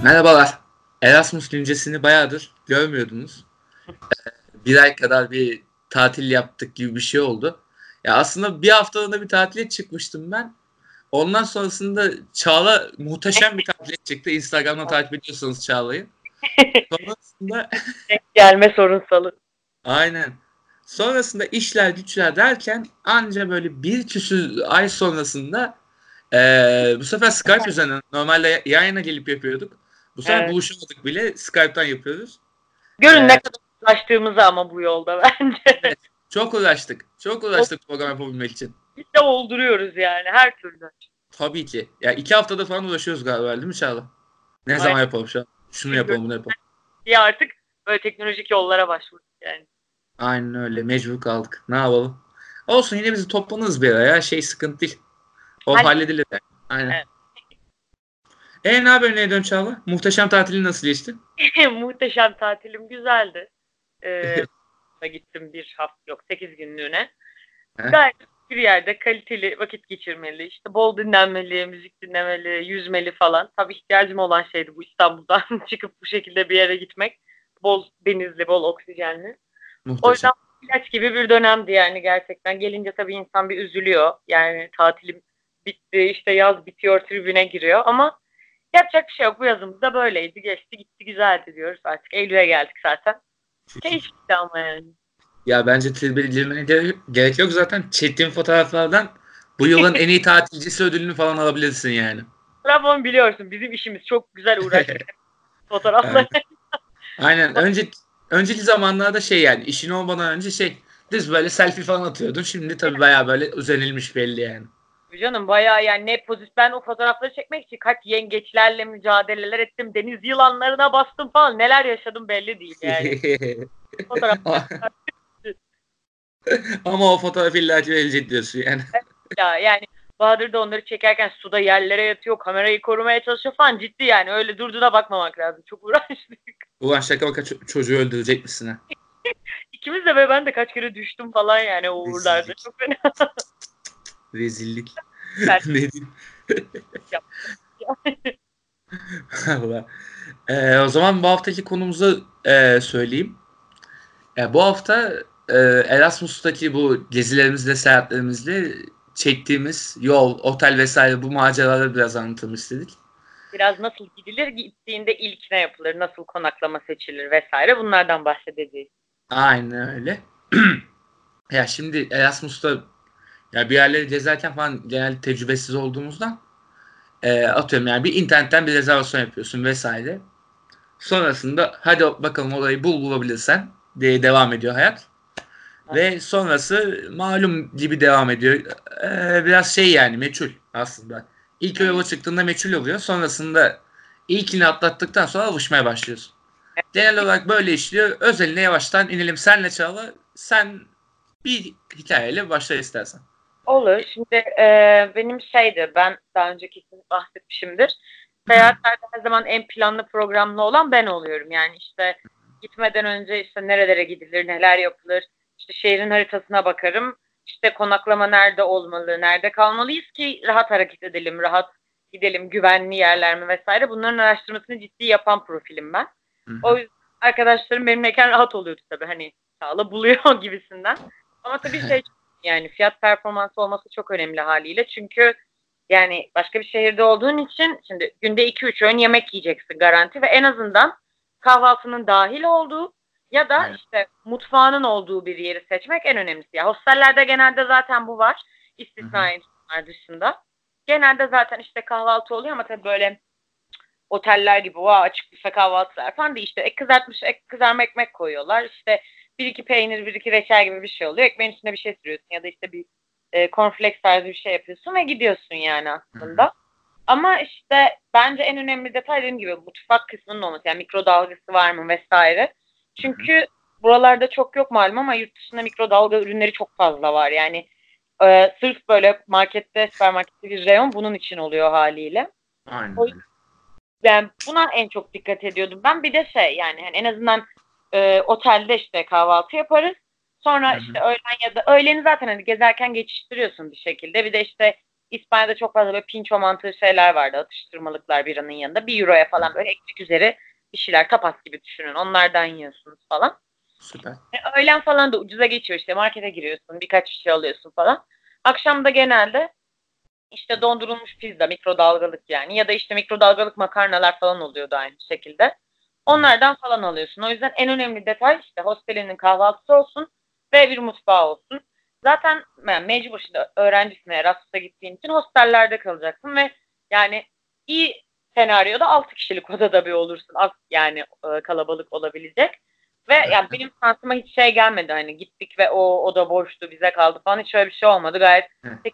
Merhabalar. Erasmus güncesini bayağıdır görmüyordunuz. Bir ay kadar bir tatil yaptık gibi bir şey oldu. Ya aslında bir haftalığına bir tatile çıkmıştım ben. Ondan sonrasında Çağla muhteşem bir tatile çıktı. Instagram'dan takip ediyorsanız Çağla'yı. Sonrasında Denk gelme sorunsalı. aynen. Sonrasında işler güçler derken anca böyle bir küsur ay sonrasında bu sefer Skype üzerinden normalde yayına gelip yapıyorduk. Bu sefer Evet. buluşamadık bile. Skype'tan yapıyoruz. Görün ne Ee, kadar uğraştığımızı ama bu yolda bence. evet. Çok uğraştık. Çok uğraştık program yapabilmek için. Biz de olduruyoruz yani her türlü. Tabii ki. Ya 2 haftada falan uğraşıyoruz galiba değil mi Çağla? Ne Aynen. zaman yapalım şu an? Şunu yapalım bunu yapalım. Diye artık böyle teknolojik yollara başvurduk yani. Aynen öyle. Mecbur kaldık. Ne yapalım? Olsun yine bizi toplanırız bir ara ya. Şey sıkıntı değil. O halledilir. Aynen. Evet. Ne haber ne ediyorsun Çağla? Muhteşem tatilin nasıl geçti? Muhteşem tatilim güzeldi. Gittim bir hafta yok 8 günlüğüne. Gayet bir yerde kaliteli vakit geçirmeli. İşte bol dinlenmeli, müzik dinlemeli, yüzmeli falan. Tabii ihtiyacım olan şeydi bu İstanbul'dan çıkıp bu şekilde bir yere gitmek. Bol denizli, bol oksijenli. O yüzden Muhteşem. ilaç gibi bir dönemdi yani gerçekten. Gelince tabii insan bir üzülüyor. Yani tatilim bitti, işte yaz bitiyor tribüne giriyor ama yapacak bir şey yok. Bu yazımız da böyleydi. Geçti gitti güzeldi diyoruz. Artık Eylül'e geldik zaten. Keyifli ama yani. Ya bence tribe girmene gerek yok zaten. Çektiğim fotoğraflardan bu yılın en iyi tatilcisi ödülünü falan alabilirsin yani. Trabzon biliyorsun bizim işimiz çok güzel uğraştık fotoğraflar. Aynen. Önceki zamanlarda şey yani işin olmadan önce düz böyle selfie falan atıyordun. Şimdi tabii bayağı böyle özenilmiş belli yani. Canım bayağı yani ne pozitif. Ben o fotoğrafları çekmek için kaç yengeçlerle mücadeleler ettim. Deniz yılanlarına bastım falan. Neler yaşadım belli değil yani. Fotoğraflar Ama o fotoğraf illa ki verecek diyorsun yani. ya yani Bahadır da onları çekerken suda yerlere yatıyor. Kamerayı korumaya çalışıyor falan. Ciddi yani. Öyle durduğuna bakmamak lazım. Çok uğraştık. Ulan şaka maka çocuğu öldürecek misin ha? İkimiz de ve ben de kaç kere düştüm falan yani o uğurlarda. Rezillik. Çok fena. Rezillik. Ben Ne diyeyim? yaptım. Allah. O zaman bu haftaki konumuzu söyleyeyim. Bu hafta Erasmus'taki bu gezilerimizle, seyahatlerimizle çektiğimiz yol, otel vesaire bu maceraları biraz anlatalım istedik. Biraz nasıl gidilir, gittiğinde ilk ne yapılır, nasıl konaklama seçilir vesaire bunlardan bahsedeceğiz. Aynen öyle. Ya şimdi Erasmus'ta ya bir yerleri gezerken falan genelde tecrübesiz olduğumuzdan atıyorum yani bir internetten bir rezervasyon yapıyorsun vesaire. Sonrasında hadi bakalım orayı bulabilirsen diye devam ediyor hayat. Ve sonrası malum gibi devam ediyor. Biraz yani meçhul aslında. İlk yola çıktığında meçhul oluyor. Sonrasında ilkini atlattıktan sonra alışmaya başlıyorsun. Genel olarak böyle işliyor. Özeline yavaştan inelim. Senle Çağla. Sen bir hikayeyle başla istersen. Olur. Şimdi benim ben daha önce kesin bahsetmişimdir. Seyahatlerde her zaman en planlı programlı olan ben oluyorum. Yani işte gitmeden önce işte nerelere gidilir, neler yapılır, işte şehrin haritasına bakarım. İşte konaklama nerede olmalı, nerede kalmalıyız ki rahat hareket edelim, rahat gidelim, güvenli yerler mi vesaire. Bunların araştırmasını ciddi yapan profilim ben. O yüzden arkadaşlarım benimleyken rahat oluyordu tabii hani sağla buluyor gibisinden. Ama tabii yani fiyat performansı olması çok önemli haliyle. Çünkü yani başka bir şehirde olduğun için şimdi günde 2-3 öğün yemek yiyeceksin garanti ve en azından kahvaltının dahil olduğu ya da Aynen. işte mutfağının olduğu bir yeri seçmek en önemlisi. Ya hostellerde genelde zaten bu var. İstisnai insanlar dışında. Genelde zaten işte kahvaltı oluyor ama tabii böyle oteller gibi açık büfe kahvaltılar falan değil. İşte ek kızarma ekmek koyuyorlar. İşte bir iki peynir, bir iki reçel gibi bir şey oluyor. Ekmeğin üstüne bir şey sürüyorsun ya da işte bir cornflakes tarzı bir şey yapıyorsun ve gidiyorsun yani aslında. Ama işte bence en önemli detay dediğim gibi mutfak kısmının olması. Yani mikrodalgası var mı vesaire. Çünkü buralarda çok yok malum ama yurt dışında mikrodalga ürünleri çok fazla var. Yani sırf böyle süpermarkette bir reyon bunun için oluyor haliyle. Aynen O öyle. ben buna en çok dikkat ediyordum. Ben bir de yani hani en azından otelde işte kahvaltı yaparız. Sonra işte öğlen ya da öğleni zaten hani gezerken geçiştiriyorsun bir şekilde. Bir de işte İspanya'da çok fazla böyle pinço mantığı şeyler vardı. Atıştırmalıklar biranın yanında. 1 euroya falan böyle ekmek üzeri bir şeyler tapas gibi düşünün. Onlardan yiyorsunuz falan. Süper. Öğlen falan da ucuza geçiyor işte. Markete giriyorsun. Birkaç bir şey alıyorsun falan. Akşam da genelde işte dondurulmuş pizza, mikrodalgalık yani. Ya da işte mikrodalgalık makarnalar falan oluyordu aynı şekilde. Onlardan falan alıyorsun. O yüzden en önemli detay işte hostelinin kahvaltısı olsun ve bir mutfağı olsun. Zaten yani mecbur şimdi öğrencisin, Erasmus'a gittiğin için hostellerde kalacaksın ve yani iyi senaryoda 6 kişilik odada bir olursun. Az yani kalabalık olabilecek. Ve yani benim şansıma hiç şey gelmedi, hani gittik ve o oda boştu bize kaldı falan, hiç öyle bir şey olmadı. Gayet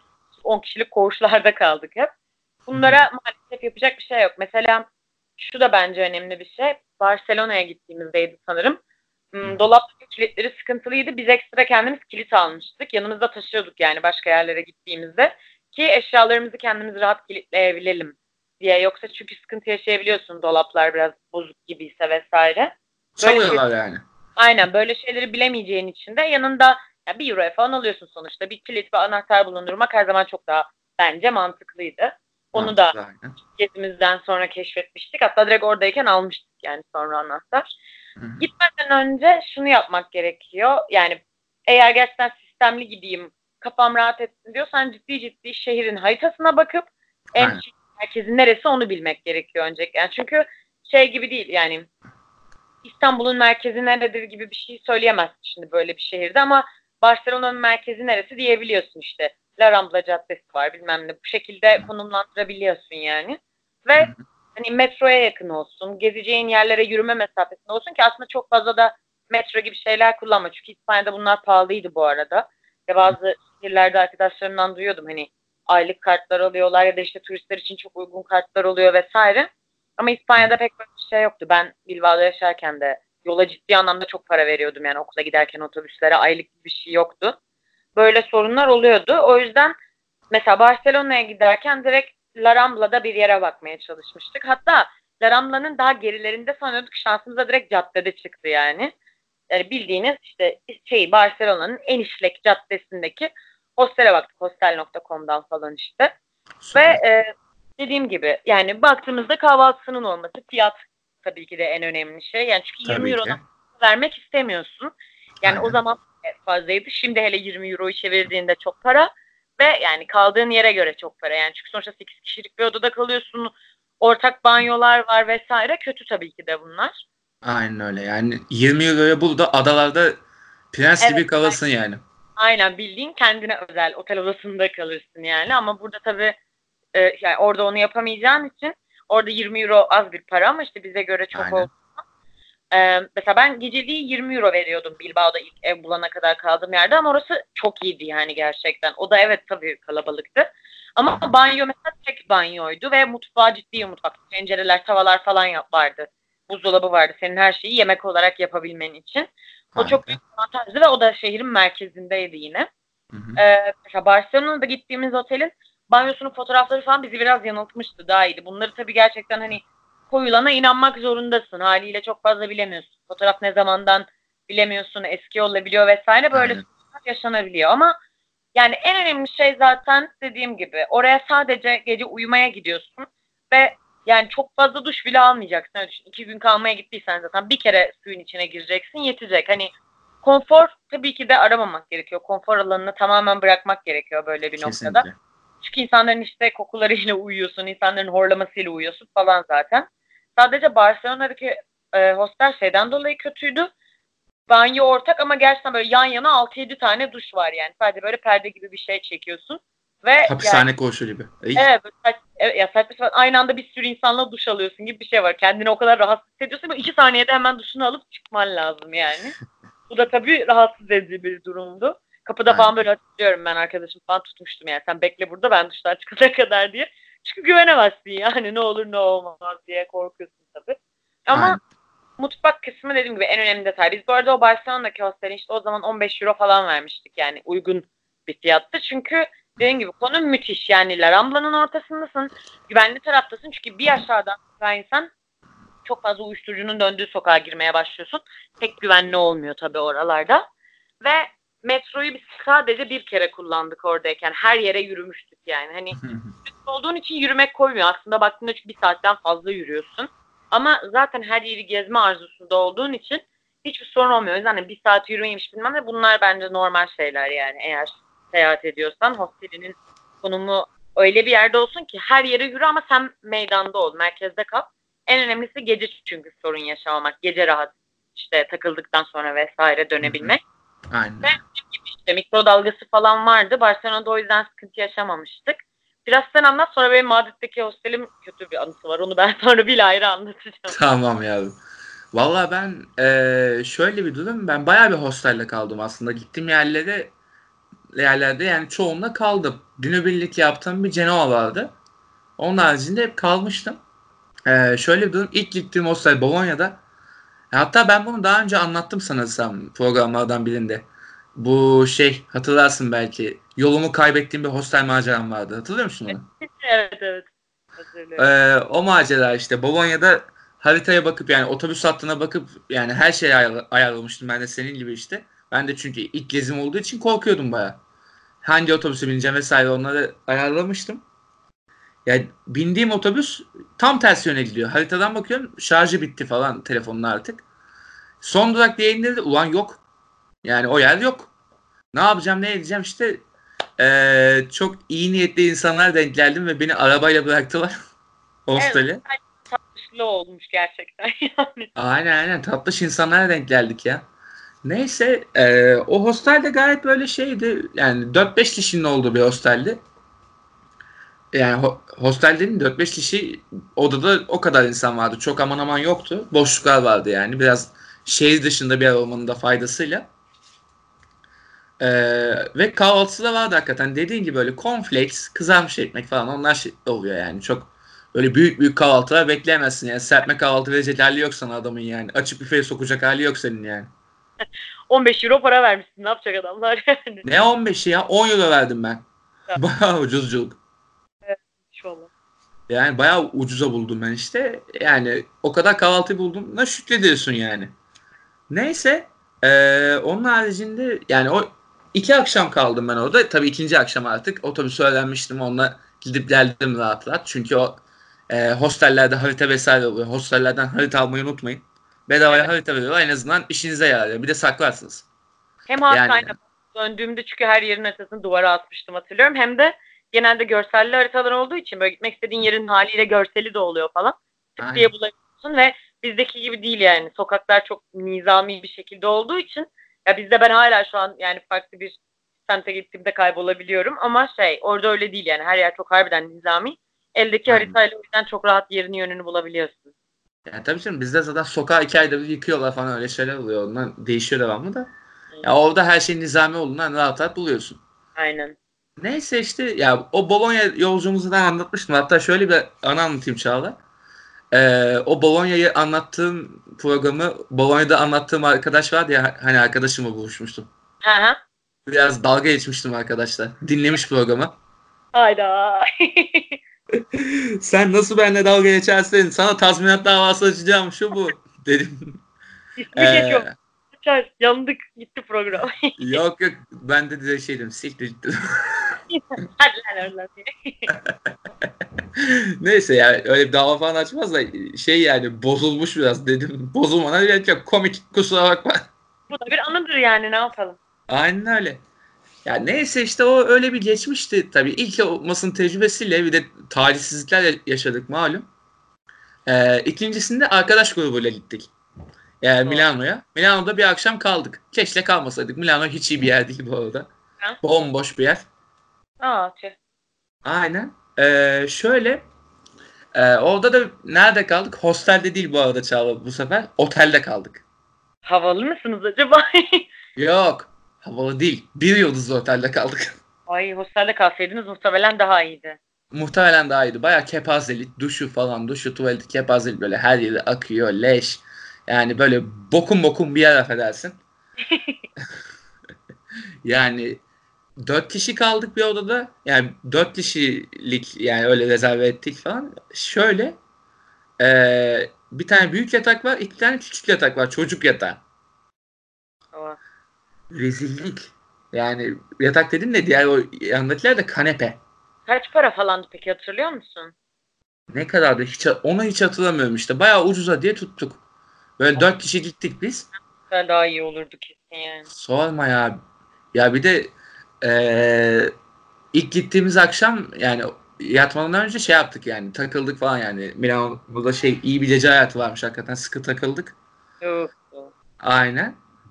10 kişilik koğuşlarda kaldık hep. Bunlara maalesef yapacak bir şey yok. Mesela şu da bence önemli bir şey. Barcelona'ya gittiğimizdeydi sanırım. Dolap kilitleri sıkıntılıydı. Biz ekstra kendimiz kilit almıştık. Yanımızda taşıyorduk yani başka yerlere gittiğimizde. Ki eşyalarımızı kendimiz rahat kilitleyebilelim diye. Yoksa çünkü sıkıntı yaşayabiliyorsun, dolaplar biraz bozuk gibiyse vesaire. Böyle şey, Çalıyorlar yani. aynen böyle şeyleri bilemeyeceğin için de yanında ya 1 euroya falan alıyorsun sonuçta. Bir kilit ve anahtar bulundurmak her zaman çok daha bence mantıklıydı. Onu da Mantıklı aynen. gezimizden sonra keşfetmiştik. Hatta direkt oradayken almıştık yani sonra anahtar. Hı-hı. Gitmeden önce şunu yapmak gerekiyor. Yani eğer gerçekten sistemli gideyim, kafam rahat etsin diyorsan ciddi ciddi şehrin haritasına bakıp en Aynen. merkezi neresi onu bilmek gerekiyor öncelikle. Yani çünkü şey gibi değil yani İstanbul'un merkezi neredir gibi bir şey söyleyemezsin şimdi böyle bir şehirde, ama Barcelona'nın merkezi neresi diyebiliyorsun işte. La Rambla Caddesi var bilmem ne. Bu şekilde konumlandırabiliyorsun yani. Ve Hı-hı. hani metroya yakın olsun, gezeceğin yerlere yürüme mesafesinde olsun ki aslında çok fazla da metro gibi şeyler kullanma. Çünkü İspanya'da bunlar pahalıydı bu arada. Ve bazı şehirlerde arkadaşlarımdan duyuyordum hani aylık kartlar alıyorlar ya da işte turistler için çok uygun kartlar oluyor vesaire. Ama İspanya'da pek böyle bir şey yoktu. Ben Bilbao'da yaşarken de yola ciddi anlamda çok para veriyordum. Yani okula giderken otobüslere aylık bir şey yoktu. Böyle sorunlar oluyordu. O yüzden mesela Barcelona'ya giderken direkt La Rambla'da bir yere bakmaya çalışmıştık. Hatta La Rambla'nın daha gerilerinde sanıyorduk. Şansımıza direkt caddede çıktı yani. Yani bildiğiniz işte Barcelona'nın en işlek caddesindeki hostele baktık. Hostel.com'dan falan işte. Ve Süper. dediğim gibi yani baktığımızda kahvaltısının olması, fiyat tabii ki de en önemli şey. Yani çünkü 20 Tabii Euro'dan ki. vermek istemiyorsun. Yani o Aynen. zaman fazlaydı. Şimdi hele 20 Euro'yu çevirdiğinde çok para ve yani kaldığın yere göre çok para. Yani çünkü sonuçta 8 kişilik bir odada kalıyorsun. Ortak banyolar var vesaire. Kötü tabii ki de bunlar. Aynen öyle. Yani 20 euroya burada adalarda prens Evet, gibi kalırsın yani. aynen bildiğin kendine özel otel odasında kalırsın yani, ama burada tabii yani orada onu yapamayacağın için orada 20 euro az bir para ama işte bize göre çok Aynen. oldu. Mesela ben geceliği 20 euro veriyordum Bilbao'da ilk ev bulana kadar kaldığım yerde, ama orası çok iyiydi yani gerçekten. O da evet tabii kalabalıktı. Ama banyo mesela tek banyoydu ve mutfağı ciddi bir mutfak. Tencereler, tavalar falan vardı. Buzdolabı vardı. Senin her şeyi yemek olarak yapabilmen için. O çok Harika. büyük bir avantajdı ve o da şehrin merkezindeydi yine. Hı-hı. Mesela Barcelona'da gittiğimiz otelin banyosunun fotoğrafları falan bizi biraz yanıltmıştı, daha iyiydi. Bunları tabii gerçekten hani koyulana inanmak zorundasın. Haliyle çok fazla bilemiyorsun. Fotoğraf ne zamandan bilemiyorsun, eski olabiliyor vesaire, böyle Aynen. sorunlar yaşanabiliyor. Ama yani en önemli şey zaten dediğim gibi oraya sadece gece uyumaya gidiyorsun ve yani çok fazla duş bile almayacaksın. Öyle düşün. 2 gün kalmaya gittiysen zaten bir kere suyun içine gireceksin, yetecek. Hani konfor tabii ki de aramamak gerekiyor. Konfor alanını tamamen bırakmak gerekiyor böyle bir noktada. Kesinlikle. Çünkü insanların işte kokularıyla uyuyorsun, insanların horlamasıyla uyuyorsun falan zaten. Sadece Barcelona'daki hostel şeyden dolayı kötüydü. Banyo ortak ama gerçekten böyle yan yana 6-7 tane duş var yani. Sadece böyle perde gibi bir şey çekiyorsun. Ve yani Hapishane koğuşu gibi. İyi. evet, ya saçma sapan aynı anda bir sürü insanla duş alıyorsun gibi bir şey var. Kendini o kadar rahatsız hissediyorsun ve 2 saniyede hemen duşunu alıp çıkman lazım yani. Bu da tabii rahatsız edici bir durumdu. Kapıda falan Aynen. böyle hatırlıyorum, ben arkadaşım falan tutmuştum yani. Sen bekle burada, ben duştan çıkana kadar diye. Çünkü güvenemezsin yani, ne olur ne olmaz diye korkuyorsun tabii. Ama Aynen. mutfak kısmı dediğim gibi en önemli detay. Biz bu arada o Barcelona'daki hostele işte o zaman 15 euro falan vermiştik yani, uygun bir fiyattı. Çünkü dediğim gibi konu müthiş yani, La Rambla'nın ortasındasın. Güvenli taraftasın çünkü bir aşağıdan insan çok fazla uyuşturucunun döndüğü sokağa girmeye başlıyorsun. Pek güvenli olmuyor tabii oralarda. Ve metroyu biz sadece bir kere kullandık oradayken. Her yere yürümüştük yani. Hani olduğun için yürümek koymuyor. Aslında baktığında çünkü bir saatten fazla yürüyorsun. Ama zaten her yeri gezme arzusunda olduğun için hiçbir sorun olmuyor. O yüzden hani bir saat yürümeymiş bilmem ne, bunlar bence normal şeyler yani. Eğer seyahat ediyorsan hostelinin konumu öyle bir yerde olsun ki her yere yürü ama sen meydanda ol, merkezde kal. En önemlisi gece çünkü sorun yaşamamak. Gece rahat işte takıldıktan sonra vesaire dönebilmek. Aynen. Ve işte mikrodalgası falan vardı. Barcelona'da o yüzden sıkıntı yaşamamıştık. Biraz sen anlat, sonra benim Madrid'deki hostelim kötü bir anısı var. Onu ben sonra bir ayrı anlatacağım. Tamam yavrum. Valla ben şöyle bir durum. Ben bayağı bir hostelde kaldım aslında. Gittiğim yerlerde yani çoğunla kaldım. Günübirlik yaptığım bir Cenova vardı. Onun haricinde hep kalmıştım. Şöyle bir durum. İlk gittiğim hostel Bologna'da. Hatta ben bunu daha önce anlattım sanırsam programlardan birinde. Bu hatırlarsın belki. Yolumu kaybettiğim bir hostel maceram vardı. Hatırlıyor musun onu? Evet, evet. Hatırlıyorum. O macera işte Bologna'da haritaya bakıp yani otobüs hattına bakıp yani her şeyi ayarlamıştım ben de senin gibi işte. Ben de çünkü ilk gezim olduğu için korkuyordum baya. Hangi otobüse bineceğim vesaire onları ayarlamıştım. Yani bindiğim otobüs tam tersi yöne gidiyor. Haritadan bakıyorum şarjı bitti falan telefonun artık. Son durak diye indirdi. Ulan yok. Yani o yer yok. Ne yapacağım ne edeceğim işte çok iyi niyetli insanlar denk geldim ve beni arabayla bıraktılar Evet, hostele. tatlı olmuş gerçekten yani. Aynen tatlış insanlara denk geldik ya. Neyse o hostel de gayet böyle şeydi. Yani 4-5 kişinin olduğu bir hosteldi. Yani hostel dediğim 4-5 kişi odada o kadar insan vardı. Çok aman aman yoktu. Boşluklar vardı yani. Biraz şehir dışında bir yer olmanın da faydasıyla. E, Ve kahvaltısı da vardı hakikaten. Dediğin gibi böyle cornflakes, kızarmış ekmek falan onlar oluyor yani. Çok böyle büyük büyük kahvaltılar bekleyemezsin yani. Serpme kahvaltı verecek hali yok sana adamın yani. Açık büfeye sokacak hali yok senin yani. 15 euro para vermişsin. Ne yapacak adamlar yani? Ne 15'i ya? 10 euro verdim ben. Ya, Bayağı ucuzculuk. evet, inşallah. Yani bayağı ucuza buldum ben işte. Yani o kadar kahvaltı buldum da şükrediyorsun yani. Neyse. Onun haricinde yani o 2 akşam kaldım ben orada. Tabii ikinci akşam artık otobüsü öğrenmiştim. Onunla gidip geldim rahat rahat. Çünkü o hostellerde harita vesaire oluyor. Hostellerden harita almayı unutmayın. Bedavaya Evet. harita veriyorlar. En azından işinize yarar. Bir de saklarsınız. Hem Yani hastayla döndüğümde çünkü her yerin haritasını duvara asmıştım, hatırlıyorum. Hem de genelde görselli haritalar olduğu için böyle gitmek istediğin yerin haliyle görseli de oluyor falan. Tık diye aynen. bulabiliyorsun ve bizdeki gibi değil yani. Sokaklar çok nizami bir şekilde olduğu için ya bizde ben hala şu an yani farklı bir semte gittiğimde kaybolabiliyorum ama orada öyle değil yani. Her yer çok harbiden nizami. Eldeki Aynen. haritayla o yüzden çok rahat yerini yönünü bulabiliyorsun. Yani tabii canım bizde zaten sokağı 2 ayda bir yıkıyorlar falan öyle şeyler oluyor. Ondan değişiyor devamlı da. Ya Aynen. orada her şey nizami olduğundan rahat rahat buluyorsun. Aynen. Neyse işte ya o Bologna yolculuğumuzu da anlatmıştım. Hatta şöyle bir anı anlatayım Çağla. O Bologna'yı anlattığım programı Bologna'da anlattığım arkadaş vardı ya hani arkadaşımla buluşmuştum. Hı hı. Biraz dalga geçmiştim arkadaşlar. Dinlemiş programı. Hayda. Sen nasıl benimle dalga geçersin? Sana tazminat davası açacağım şu bu dedim. İsmi geçiyor. Ee, Kaçar. Yandık. Gitti program. Yok ben de direkt şey dedim siktir git dedim. Hadi lan oradan diye. Neyse ya öyle bir dava falan açmaz da yani bozulmuş biraz dedim. Bozulmana gerek yok. Komik kusura bakma. Bu da bir anıdır yani, ne yapalım. Aynen öyle. Ya neyse işte o öyle bir geçmişti tabii. İlk olmasının tecrübesiyle bir de talihsizlikler yaşadık malum. İkincisinde arkadaş grubuyla gittik. Yani Doğru. Milano'ya. Milano'da bir akşam kaldık. Keşke kalmasaydık. Milano hiç iyi bir yer değil bu arada. Ha? Bomboş bir yer. Aa, tüh. Aynen. Şöyle orada da nerede kaldık? Hostelde değil bu arada Çağla bu sefer. Otelde kaldık. Havalı mısınız acaba? Yok. Havalı değil. Bir yıldızlı otelde kaldık. Ay, hostelde kalsaydınız muhtemelen daha iyiydi. Muhtemelen daha iyiydi. Bayağı kepazelik. Duşu falan. Duşu tuvaleti kepazelik. Böyle her yeri akıyor. Leş. Yani böyle bokum bokum bir yer affedersin. Yani 4 kişi kaldık bir odada. Yani 4 kişilik yani öyle rezerve ettik falan. Şöyle bir tane büyük yatak var. 2 tane küçük yatak var. Çocuk yatağı. Aa, Rezillik. Yani yatak dedim de diğer o yandakiler de kanepe. Kaç para falandı peki, hatırlıyor musun? Ne kadardı? Onu hiç hatırlamıyorum işte. Bayağı ucuza diye tuttuk. Böyle 4 kişi gittik biz. Güzel, daha iyi olurdu kesin yani. Sorma ya. Ya bir de ilk gittiğimiz akşam yani yatmadan önce şey yaptık yani takıldık falan yani. Milano'da iyi bir gece hayatı varmış hakikaten sıkı takıldık. Yok. Yok. Aynen.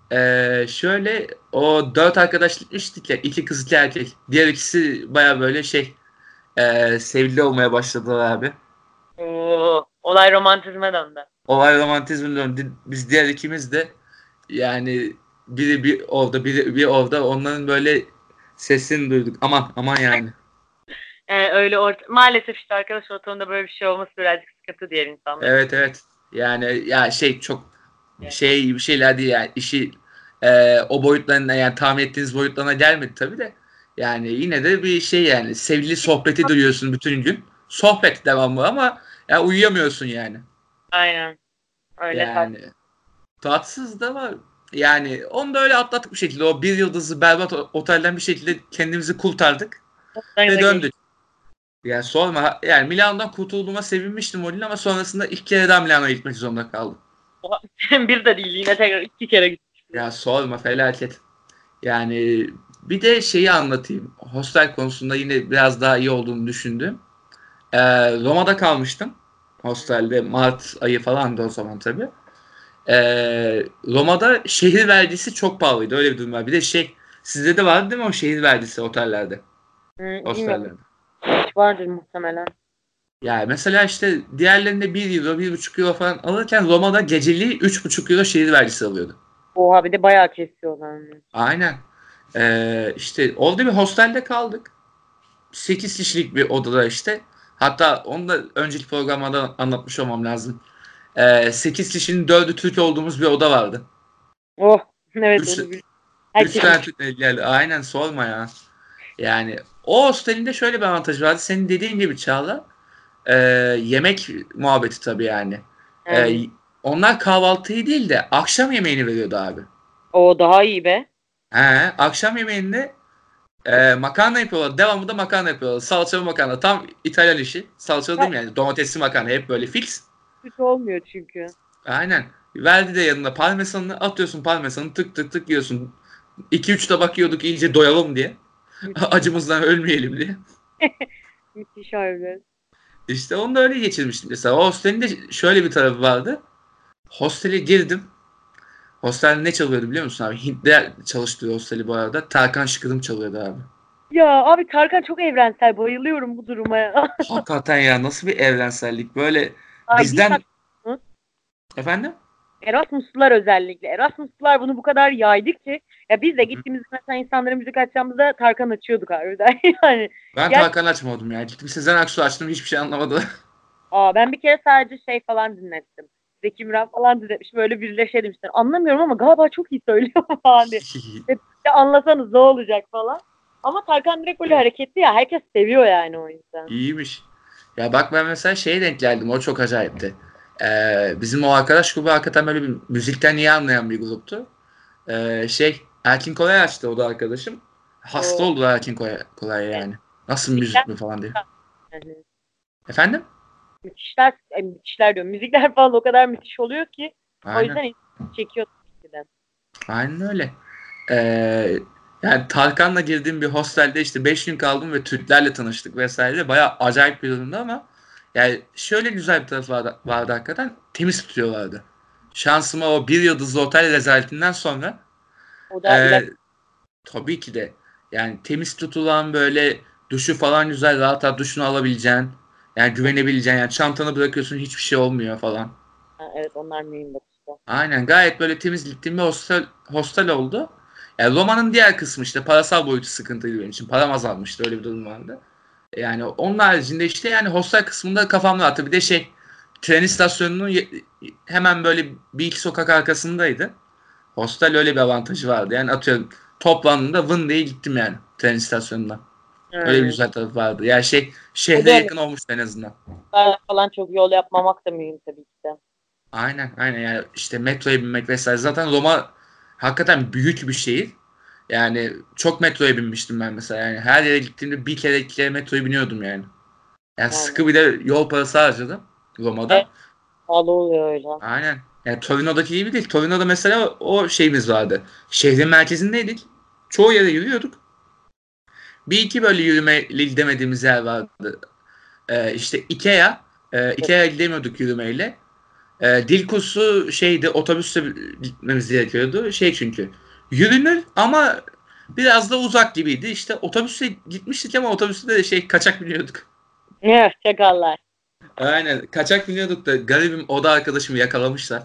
Şöyle o 4 arkadaş gitmiştik ya 2 kız 2 erkek. Diğer ikisi baya böyle sevgili olmaya başladılar abi. Oo, olay romantizme döndü. Olay romantizmin döndü. Biz diğer ikimiz de yani biri bir orada biri bir orada onların böyle sesini duyduk. Aman aman yani. Öyle maalesef işte arkadaş ortamında böyle bir şey olması birazcık sıkıntı diğer insanlar için. Evet evet. Yani ya çok bir şeyler değil yani işi o boyutlarına yani tahmin ettiğiniz boyutlarına gelmedi tabii de. Yani yine de bir şey yani sevgili sohbeti duyuyorsun bütün gün. Sohbet devamlı ama ya uyuyamıyorsun yani. Aynen. Öyle Yani tatsız da var. Yani onu da öyle atlattık bir şekilde. O bir yıldızlı berbat otelden bir şekilde kendimizi kurtardık ve saçma geçti. döndük. Yani sorma. Yani Milano'dan kurtulduğuma sevinmiştim o gün ama sonrasında ilk kere daha Milano'ya gitmek zorunda kaldım. Bir de değil, yine tekrar 2 kere gitmiştim. Ya sorma felaket. Yani bir de şeyi anlatayım. Hostel konusunda yine biraz daha iyi olduğunu düşündüm. Roma'da kalmıştım. Hostelde Mart ayı falandı o zaman tabii. Roma'da şehir vergisi çok pahalıydı. Öyle bir durum var. Bir de sizde de vardı değil mi o şehir vergisi otellerde? Bilmiyorum. Hostellerde. Hiç vardır muhtemelen. Yani mesela işte diğerlerinde 1 euro, 1,5 euro falan alırken Roma'da geceliği 3,5 euro şehir vergisi alıyordu. Oha, bir de bayağı kesiyorlar. Aynen. İşte orada bir hostelde kaldık. 8 kişilik bir odada işte. Hatta onu da önceki programlarda anlatmış olmam lazım. 8 kişinin 4'ü Türk olduğumuz bir oda vardı. Oh, evet, 3 onu bil. üç Herkes tane Türk geldi. Aynen sorma ya. Yani o hostelinde şöyle bir avantajı vardı. Senin dediğin gibi Çağla. Ee, Yemek muhabbeti tabii yani. Ee, yani. Onlar kahvaltıyı değil de akşam yemeğini veriyordu abi. O daha iyi be. He, akşam yemeğinde makarna yapıyorlar. Devamlı da makarna yapıyorlar. Salçalı makarna. Tam İtalyan işi. Salçalı Ya, değil mi yani? Domatesli makarna. Hep böyle fix. kötü olmuyor çünkü. Aynen. Verdi de yanına parmesanını atıyorsun parmesanı tık tık tık yiyorsun. 2-3 tabak yiyorduk iyice doyalım diye. Müthiş. Acımızdan ölmeyelim diye. Müthiş harbiden. İşte onu da öyle geçirmiştim. Mesela o hostelin de şöyle bir tarafı vardı. Hostele girdim. Hostel ne çalıyordu biliyor musun abi? Hintliler çalıştığı hosteli bu arada. Tarkan Şıkıdım çalıyordu abi. Ya abi, Tarkan çok evrensel. Bayılıyorum bu duruma ya. Hakikaten ya nasıl bir evrensellik. Böyle Aydıysak bizden efendim? Erasmuslular özellikle. Erasmuslular bunu bu kadar yaydı ki ya biz de gittiğimizde mesela insanların müzik açacağımızda Tarkan açıyorduk harbiden. Yani Ben gel, Tarkan açmadım ya. Gittim Sezen Aksu açtım hiçbir şey anlamadı. ben bir kere sadece şey falan dinlettim. Zeki Müren falan dinletmişim. Öyle biriyle şey demişler. Anlamıyorum ama galiba çok iyi söylüyor falan diye. Ya anlasanız ne olacak falan. Ama Tarkan direkt böyle hareketli ya. Herkes seviyor yani o yüzden. İyiymiş. Ya bak ben mesela şeye denk geldim. O çok acayipti. Bizim o arkadaş grubu hakikaten böyle bir müzikten iyi anlayan bir gruptu. Erkin Koray açtı o da arkadaşım. Hasta O oldular Erkin Koray'a yani. Nasıl müzikler müzik mi falan diye. yani. Efendim? Müthişler diyorum. Müzikler falan o kadar müthiş oluyor ki o Aynen. yüzden insan çekiyor tabii ki de. Aynen öyle. Ee, Yani Tarkan'la girdiğim bir hostelde işte 5 gün kaldım ve Türklerle tanıştık vesaire. Bayağı acayip bir durumda ama yani şöyle güzel bir tarafı vardı hakikaten. Temiz tutuyorlardı. Şansıma o bir yıldızlı otel rezaletinden sonra O da e, ilaç. tabii ki de yani temiz tutulan böyle duşu falan güzel rahat rahat duşunu alabileceğin yani güvenebileceğin yani çantanı bırakıyorsun hiçbir şey olmuyor falan. Evet, onlar mühim bak işte. Aynen gayet böyle temiz gittiğim bir hostel oldu. Yani romanın diğer kısmı işte parasal boyutu sıkıntıydı benim için. Param azalmıştı öyle bir durum vardı. Yani onun haricinde işte yani hostel kısmında kafam rahattı. Bir de tren istasyonunun hemen böyle bir iki sokak arkasındaydı. Hostel öyle bir avantajı vardı. Yani atıyorum toplandığımda vın diye gittim yani tren istasyonuna. Öyle bir Hmm. güzel tarafı vardı. Yani O şehre da öyle. yakın olmuş en azından. Falan çok yol yapmamak da mühim tabii ki de. Aynen aynen yani işte metroya binmek vesaire. Zaten Roma hakikaten büyük bir şehir. Yani çok metroya binmiştim ben mesela. Yani her yere gittiğimde bir kere 2 kere metroya biniyordum yani. Yani Yani sıkı bir de yol parası harcadım evet, Roma'da. pahalı oluyor öyle. Aynen. Yani Torino'daki gibi değil. Torino'da mesela o şeyimiz vardı. Şehrin merkezindeydik. Çoğu yere yürüyorduk. Bir iki böyle yürümeyle gidemediğimiz yer vardı. İşte Ikea. Ikea'ya gidemiyorduk yürümeyle. Dil kursu şeydi, otobüsle gitmemiz gerekiyordu. Şey çünkü yürünür ama biraz da uzak gibiydi. İşte otobüsle gitmiştik ama otobüste de şey kaçak biniyorduk. Evet, çakallar. Aynen kaçak biniyorduk da garibim oda arkadaşımı yakalamışlar.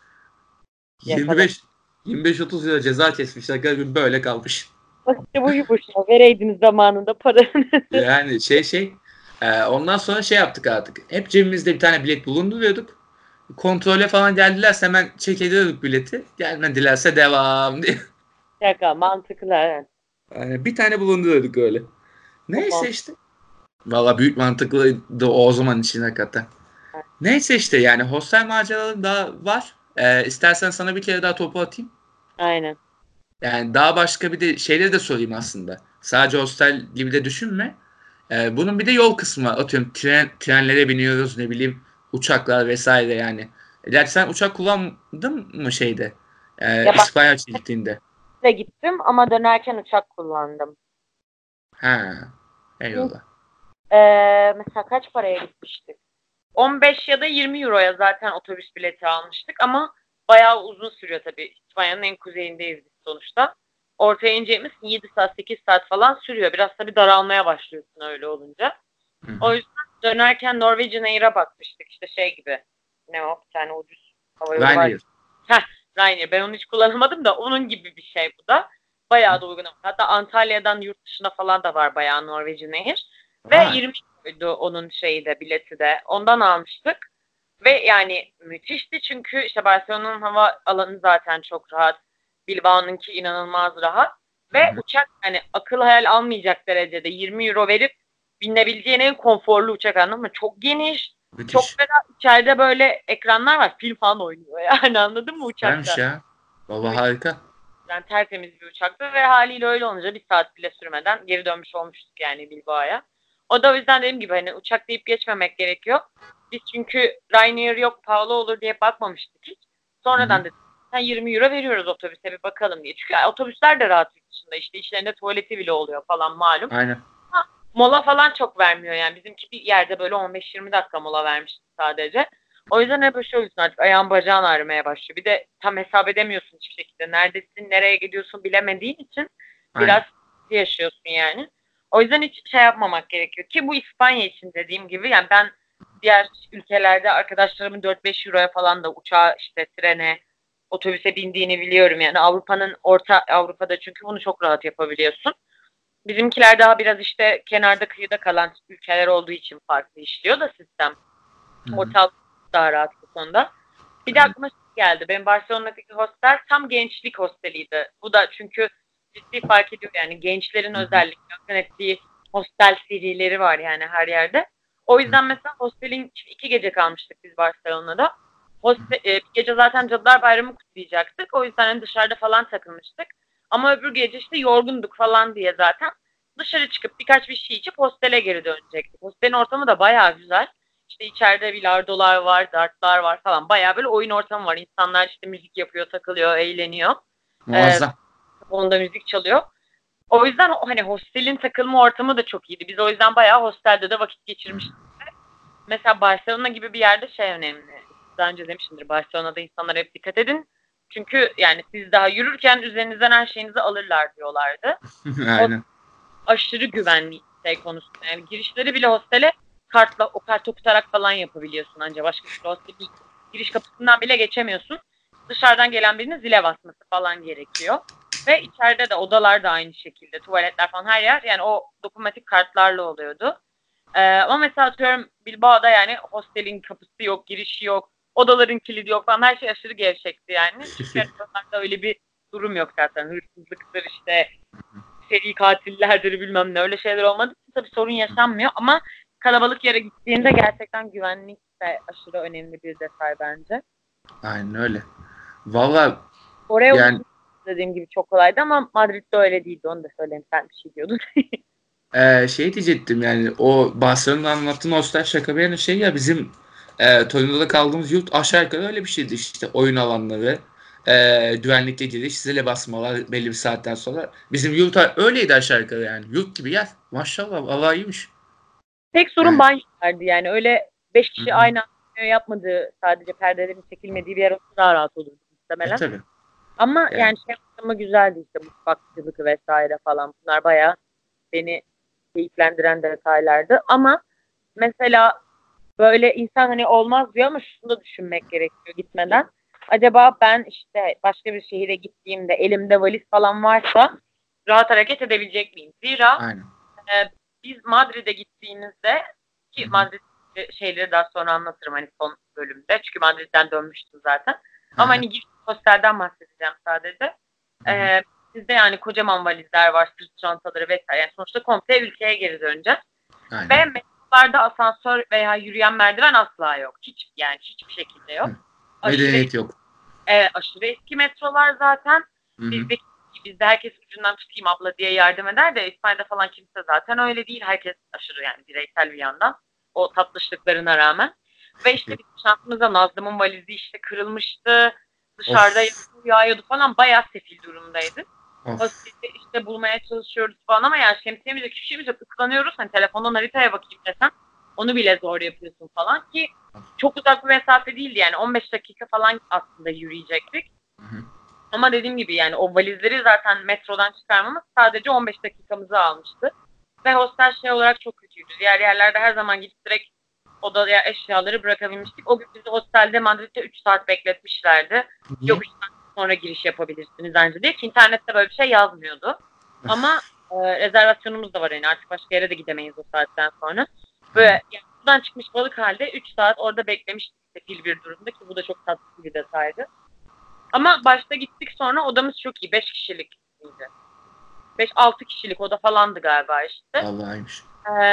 Yakala. 25 30 lira ceza kesmişler. Garibim böyle kalmış. Bak işte buymuş ya. Vereydiniz zamanında paranı. Yani ondan sonra şey yaptık artık. Hep cebimizde bir tane bilet bulunduruyorduk. Kontrole falan geldilerse hemen çek ediyorduk bileti. Gelmedilerse devam diye. Şaka. Mantıklı. Evet. Yani bir tane bulunduruyorduk öyle. Çok Neyse mantıklı. işte. Valla büyük mantıklıydı o zaman için hakikaten. Neyse işte yani hostel maceralarım daha var. İstersen sana bir kere daha topu atayım. Aynen. Yani daha başka bir de şeyleri de sorayım aslında. Sadece hostel gibi de düşünme. Bunun bir de yol kısmı var. Atıyorum trenlere biniyoruz ne bileyim uçaklar vesaire yani. Gerçi sen uçak kullandın mı şeyde? Ya ben İspanya gittiğinde. de gittim ama dönerken uçak kullandım. Ha, Çünkü eyvallah. mesela kaç paraya gitmiştik? 15 ya da 20 euroya zaten otobüs bileti almıştık ama bayağı uzun sürüyor tabii. İspanya'nın en kuzeyindeyiz biz sonuçta. Ortaya ineceğimiz 7 saat 8 saat falan sürüyor. Biraz tabii daralmaya başlıyorsun öyle olunca. Hı O hı. yüzden dönerken Norwegian Air'a bakmıştık. İşte şey gibi. Ne o? Bir tane ucuz hava yolu var. Ryanair. Heh, Ryanair. Ben onu hiç kullanamadım da onun gibi bir şey bu da. Bayağı da uygun. Hatta Antalya'dan yurt dışına falan da var bayağı Norwegian Air. Ve Vay. 20 euroydu onun şeyi de bileti de. Ondan almıştık. Ve yani müthişti çünkü işte Barcelona'nın hava alanı zaten çok rahat. Bilbao'nunki inanılmaz rahat. Hı Ve hı. uçak hani akıl hayal almayacak derecede 20 euro verip binebileceğin en konforlu uçak, anladın mı? Çok geniş, çok Müthiş. ferah. İçeride böyle ekranlar var. Film falan oynuyor yani anladın mı Vermiş uçakta? ya. Valla harika. Yani tertemiz bir uçaktı ve haliyle öyle olunca bir saat bile sürmeden geri dönmüş olmuştuk yani Bilbao'ya. O da o yüzden dediğim gibi hani uçak deyip geçmemek gerekiyor. Biz çünkü Ryanair yok pahalı olur diye bakmamıştık hiç. Hı hı. Sonradan dedik sen 20 euro veriyoruz otobüse bir bakalım diye. Çünkü otobüsler de rahat yurt dışında işte içlerinde tuvaleti bile oluyor falan malum. Aynen. Ha, mola falan çok vermiyor yani. Bizimki bir yerde böyle 15-20 dakika mola vermişti sadece. O yüzden hep böyle oluyorsun artık ayağın bacağın ağrımaya başlıyor. Bir de tam hesap edemiyorsun hiçbir şekilde. Neredesin, nereye gidiyorsun bilemediğin için biraz Aynen. yaşıyorsun yani. O yüzden hiç şey yapmamak gerekiyor. Ki bu İspanya için dediğim gibi yani ben diğer ülkelerde arkadaşlarımın 4-5 euroya falan da uçağa işte trene, otobüse bindiğini biliyorum. Yani Orta Avrupa'da çünkü bunu çok rahat yapabiliyorsun. Bizimkiler daha biraz işte kenarda kıyıda kalan ülkeler olduğu için farklı işliyor da sistem. Hı hı. Ortalık daha rahat bu konuda. Bir de Aynen. aklıma şey geldi. Benim Barcelona'daki hostel tam gençlik hosteliydi. Bu da çünkü ciddi fark ediyor yani gençlerin Hı hı. özellikle yönettiği hostel serileri var yani her yerde. O Hı yüzden mesela hostelin 2 gece kalmıştık biz Barcelona'da. Bir gece zaten Cadılar Bayramı kutlayacaktık. O yüzden hani dışarıda falan takılmıştık. Ama öbür gece işte yorgunduk falan diye zaten dışarı çıkıp birkaç bir şey içip hostele geri dönecektik. Hostelin ortamı da bayağı güzel. İşte içeride bilardolar var, dartlar var falan. Bayağı böyle oyun ortamı var. İnsanlar işte müzik yapıyor, takılıyor, eğleniyor. Ee, Muazzam. Onda müzik çalıyor. O yüzden hani hostelin takılma ortamı da çok iyiydi. Biz o yüzden bayağı hostelde de vakit geçirmiştik. Mesela Barcelona gibi bir yerde şey önemli. Daha önce demişimdir. Barcelona'da insanlara hep dikkat edin. Çünkü yani siz daha yürürken üzerinizden her şeyinizi alırlar diyorlardı. O Aynen. aşırı güvenli şey konusunda. Yani girişleri bile hostele kartla o kartı okutarak falan yapabiliyorsun ancak başka türlü hostelin giriş kapısından bile geçemiyorsun. Dışarıdan gelen birinin zile basması falan gerekiyor. Ve içeride de odalar da aynı şekilde. Tuvaletler falan her yer yani o dokunmatik kartlarla oluyordu. Ama mesela atıyorum Bilbao'da yani hostelin kapısı yok, girişi yok, odaların kilidi yok falan her şey aşırı gevşekti yani. Çünkü oralarda öyle bir durum yok zaten. Hırsızlıktır işte seri katillerdir bilmem ne öyle şeyler olmadığı için tabii sorun yaşanmıyor ama kalabalık yere gittiğinde gerçekten güvenlik de aşırı önemli bir detay bence. Aynen öyle. Valla Oraya yani unutmuşuz dediğim gibi çok kolaydı ama Madrid'de öyle değildi. Onu da söyleyeyim. Sen bir şey diyordun. Şey diyecektim yani o Barcelona'da anlattığın hostel şaka bir yana şey ya bizim Torino'da kaldığımız yurt aşağı yukarı öyle bir şeydi işte oyun alanları güvenlik geceleri çizile basmalar belli bir saatten sonra. Bizim yurt öyleydi aşağı yukarı yani. Yurt gibi yer. Maşallah vallahi iyiymiş. Tek sorun Yani, banyolardı yani. Öyle 5 hı kişi hı. aynı anda banyo yapmadığı, sadece perdelerin çekilmediği bir yer olsa daha rahat olurdu muhtemelen. Tabii. Ama Yani. yani şey ortamı güzeldi işte, mutfakçılık vesaire falan. Bunlar bayağı beni keyiflendiren detaylardı. Ama mesela böyle insan hani olmaz diyor ama şunu da düşünmek gerekiyor gitmeden. Acaba ben işte başka bir şehire gittiğimde elimde valiz falan varsa rahat hareket edebilecek miyim? Zira Aynen. biz Madrid'e gittiğimizde, Hı ki hı. Madrid şeyleri daha sonra anlatırım hani son bölümde. Çünkü Madrid'den dönmüştüm zaten. Hı Ama hı. hani giriş hostelden bahsedeceğim sadece. Hı hı. Bizde yani kocaman valizler var, sırt çantaları vesaire. Yani sonuçta komple ülkeye geri döneceğiz. Ve Aynen. metrolarda asansör veya yürüyen merdiven asla yok. Hiç, yani hiçbir şekilde yok. Hı. Aşırı Medeniyet yok. aşırı eski metrolar zaten. Hı hı. Bizde herkes ucundan tutayım abla diye yardım eder de İspanya'da falan kimse zaten öyle değil. Herkes aşırı yani bireysel bir yandan. O tatlışlıklarına rağmen. Ve işte biz şansımıza Nazlı'mın valizi işte kırılmıştı. Dışarıda Of. yağmur yağıyordu falan. Bayağı sefil durumdaydı. Of. Hostelde işte bulmaya çalışıyoruz falan ama yani şemsiyemiz yok, hiçbir şeyimiz yok. Islanıyoruz. Hani telefondan haritaya bakayım desem onu bile zor yapıyorsun falan ki çok uzak bir mesafe değildi yani 15 dakika falan aslında yürüyecektik. Hı hı. Ama dediğim gibi yani o valizleri zaten metrodan çıkarmamız sadece 15 dakikamızı almıştı. Ve hostel şey olarak çok kötüydü. Diğer yerlerde her zaman gidip direkt odaya eşyaları bırakabilmiştik. O gün bizi hostelde Madrid'de 3 saat bekletmişlerdi. Niye? Yok 3 saat sonra giriş yapabilirsiniz bence diye, ki internette böyle bir şey yazmıyordu. Ama rezervasyonumuz da var yani artık başka yere de gidemeyiz o saatten sonra. Aynen. Böyle yani sudan çıkmış balık halde 3 saat orada beklemiştik sefil bir durumda, ki bu da çok tatlı bir detaydı. Ama başta gittik, sonra odamız çok iyi. 5 kişilik miydi? 5-6 kişilik oda falandı galiba işte. Vallahimiş.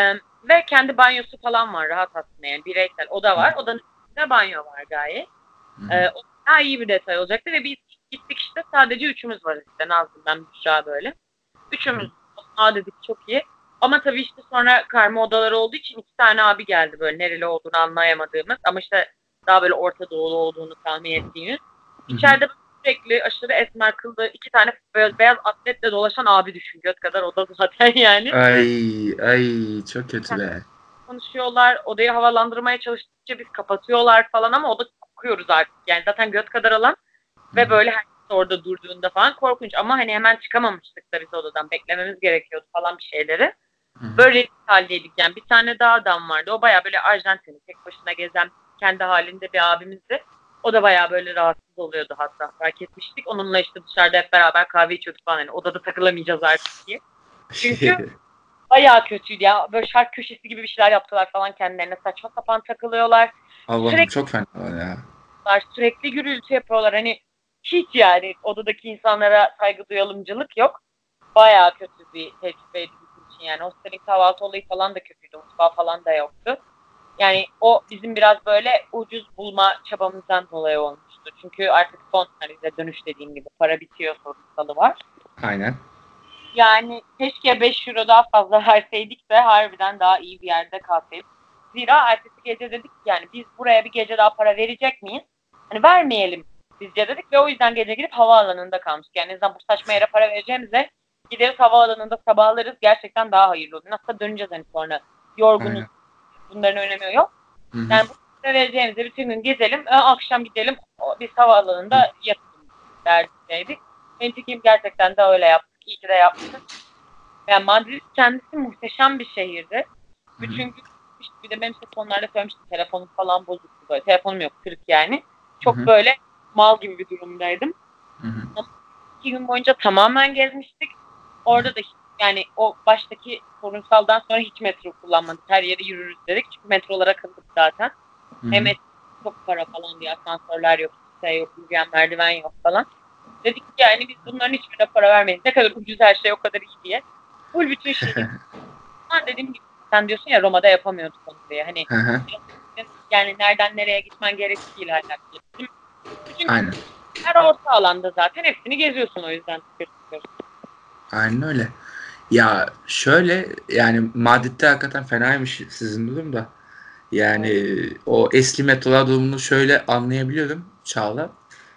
Ve kendi banyosu falan var rahat aslında, yani bireysel oda Hı hı. var. Odanın içinde banyo var gayet. Hı hı. O daha iyi bir detay olacaktı ve biz gittik işte, sadece üçümüz var işte, Nazlı, ben, Büşra böyle. Üçümüz, aa dedik çok iyi. Ama tabii işte sonra karma odaları olduğu için 2 tane abi geldi böyle, nereli olduğunu anlayamadığımız ama işte daha böyle Orta Doğulu olduğunu tahmin ettiğimiz. Hı hı. İçeride sürekli aşırı esmer kıllı 2 tane beyaz atletle dolaşan abi düşün. Göt kadar oda zaten yani. Ay ay çok kötü be. Konuşuyorlar. Odayı havalandırmaya çalıştıkça biz kapatıyorlar falan ama oda kokuyoruz artık. Yani zaten göt kadar alan Hı ve hı. böyle herkes orada durduğunda falan korkunç. Ama hani hemen çıkamamıştık da biz odadan. Beklememiz gerekiyordu falan bir şeyleri. Hı hı. Böyle haldeydik yani. Bir tane daha adam vardı. O bayağı böyle Arjantinli, tek başına gezen, kendi halinde bir abimizdi. O da bayağı böyle rahatsız oluyordu hatta. Fark etmiştik. Onunla işte dışarıda hep beraber kahve içiyorduk falan. Yani odada takılamayacağız artık diye. Çünkü bayağı kötüydü ya. Böyle şark köşesi gibi bir şeyler yaptılar falan kendilerine. Saçma sapan takılıyorlar. Allah'ım Sürekli çok fena var ya. sürekli gürültü yapıyorlar. Hani hiç yani odadaki insanlara saygı duyalımcılık yok. Bayağı kötü bir tecrübeydi bizim için. Yani hostelin kahvaltı olayı falan da kötüydü. Mutfağı falan da yoktu. Yani o bizim biraz böyle ucuz bulma çabamızdan dolayı olmuştu. Çünkü artık son hani dönüş dediğim gibi para bitiyor sorunsalı var. Aynen. Yani keşke 5 euro daha fazla verseydik de harbiden daha iyi bir yerde kalsaydık. Zira ertesi gece dedik ki yani biz buraya bir gece daha para verecek miyiz? Hani vermeyelim bizce dedik ve o yüzden gece gidip havaalanında kalmıştık. Yani en azından bu saçma yere para vereceğimize gideriz havaalanında sabahlarız, gerçekten daha hayırlı olur. Nasıl döneceğiz hani sonra yorgunuz, Aynen. bunların önemi yok. Hı hı. Yani bu para vereceğimize bütün gün gezelim, akşam gidelim biz Hı havaalanında yatalım derdindeydik. Nitekim gerçekten de öyle yaptık. İyi ki de yapmışız. Yani Madrid kendisi muhteşem bir şehirdi. hı. Bütün gün bir de benim işte sonlarda söylemiştim, telefonum falan bozuktu böyle. Telefonum yok, kırık yani. Hı Çok hı. böyle mal gibi bir durumdaydım. Hı hı. Ama 2 gün boyunca tamamen gezmiştik. Orada da yani o baştaki sorunsaldan sonra hiç metro kullanmadık. Her yere yürürüz dedik. Çünkü metrolara akıldık zaten. Hı Hem hı. çok para falan diye, asansörler yok, kimse yok, yürüyen merdiven yok falan. Dedik ki yani biz bunların hiçbirine para vermeyiz. Ne kadar ucuz her şey o kadar iyi diye. Full bütün şehir. Ama dediğim gibi sen diyorsun ya Roma'da yapamıyorduk onu diye. Hani Hı hı. yani nereden nereye gitmen gerektiğiyle alakalı. Bütün Aynen. Her orta alanda zaten hepsini geziyorsun o yüzden. Aynen öyle. Ya şöyle yani Madrid'de hakikaten fenaymış sizin durum da. Evet. Yani o eski metrolar durumunu şöyle anlayabiliyorum Çağla.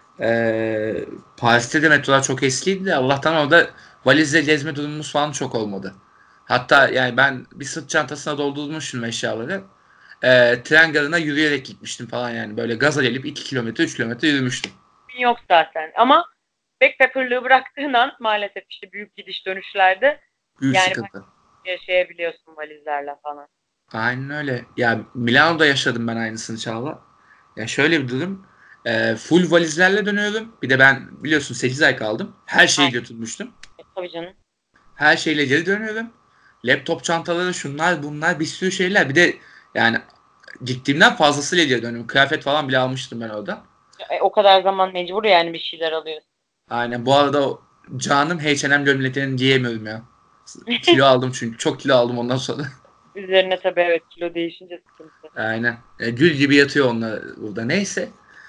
Paris'te de metrolar çok eskiydi de Allah'tan orada valizle gezme durumumuz falan çok olmadı. Hatta yani ben bir sırt çantasına doldurmuşum eşyaları. Tren garına yürüyerek gitmiştim falan yani. Böyle gaza gelip 2 kilometre 3 kilometre yürümüştüm. Yok zaten. Ama backpackerlığı bıraktığın an maalesef işte büyük gidiş dönüşlerde Büyük yani sıkıntı. yaşayabiliyorsun valizlerle falan. Aynen öyle. Ya Milano'da yaşadım ben aynısını Çağla. Ya şöyle bir durum. Full valizlerle dönüyorum. Bir de ben biliyorsun 8 ay kaldım. Her şeyi Aynen. götürmüştüm. Tabii canım. Her şeyle geri dönüyorum. Laptop çantaları şunlar bunlar bir sürü şeyler. Bir de yani gittiğimden fazlasıyla geri dönüyorum. Kıyafet falan bile almıştım ben orada. O kadar zaman mecbur yani bir şeyler alıyorsun. Aynen bu arada canım H&M gömleklerini giyemiyorum ya. Kilo aldım çünkü. Çok kilo aldım ondan sonra. Üzerine tabii evet kilo değişince sıkıntı. Aynen. Gül gibi yatıyor onlar burada. Neyse.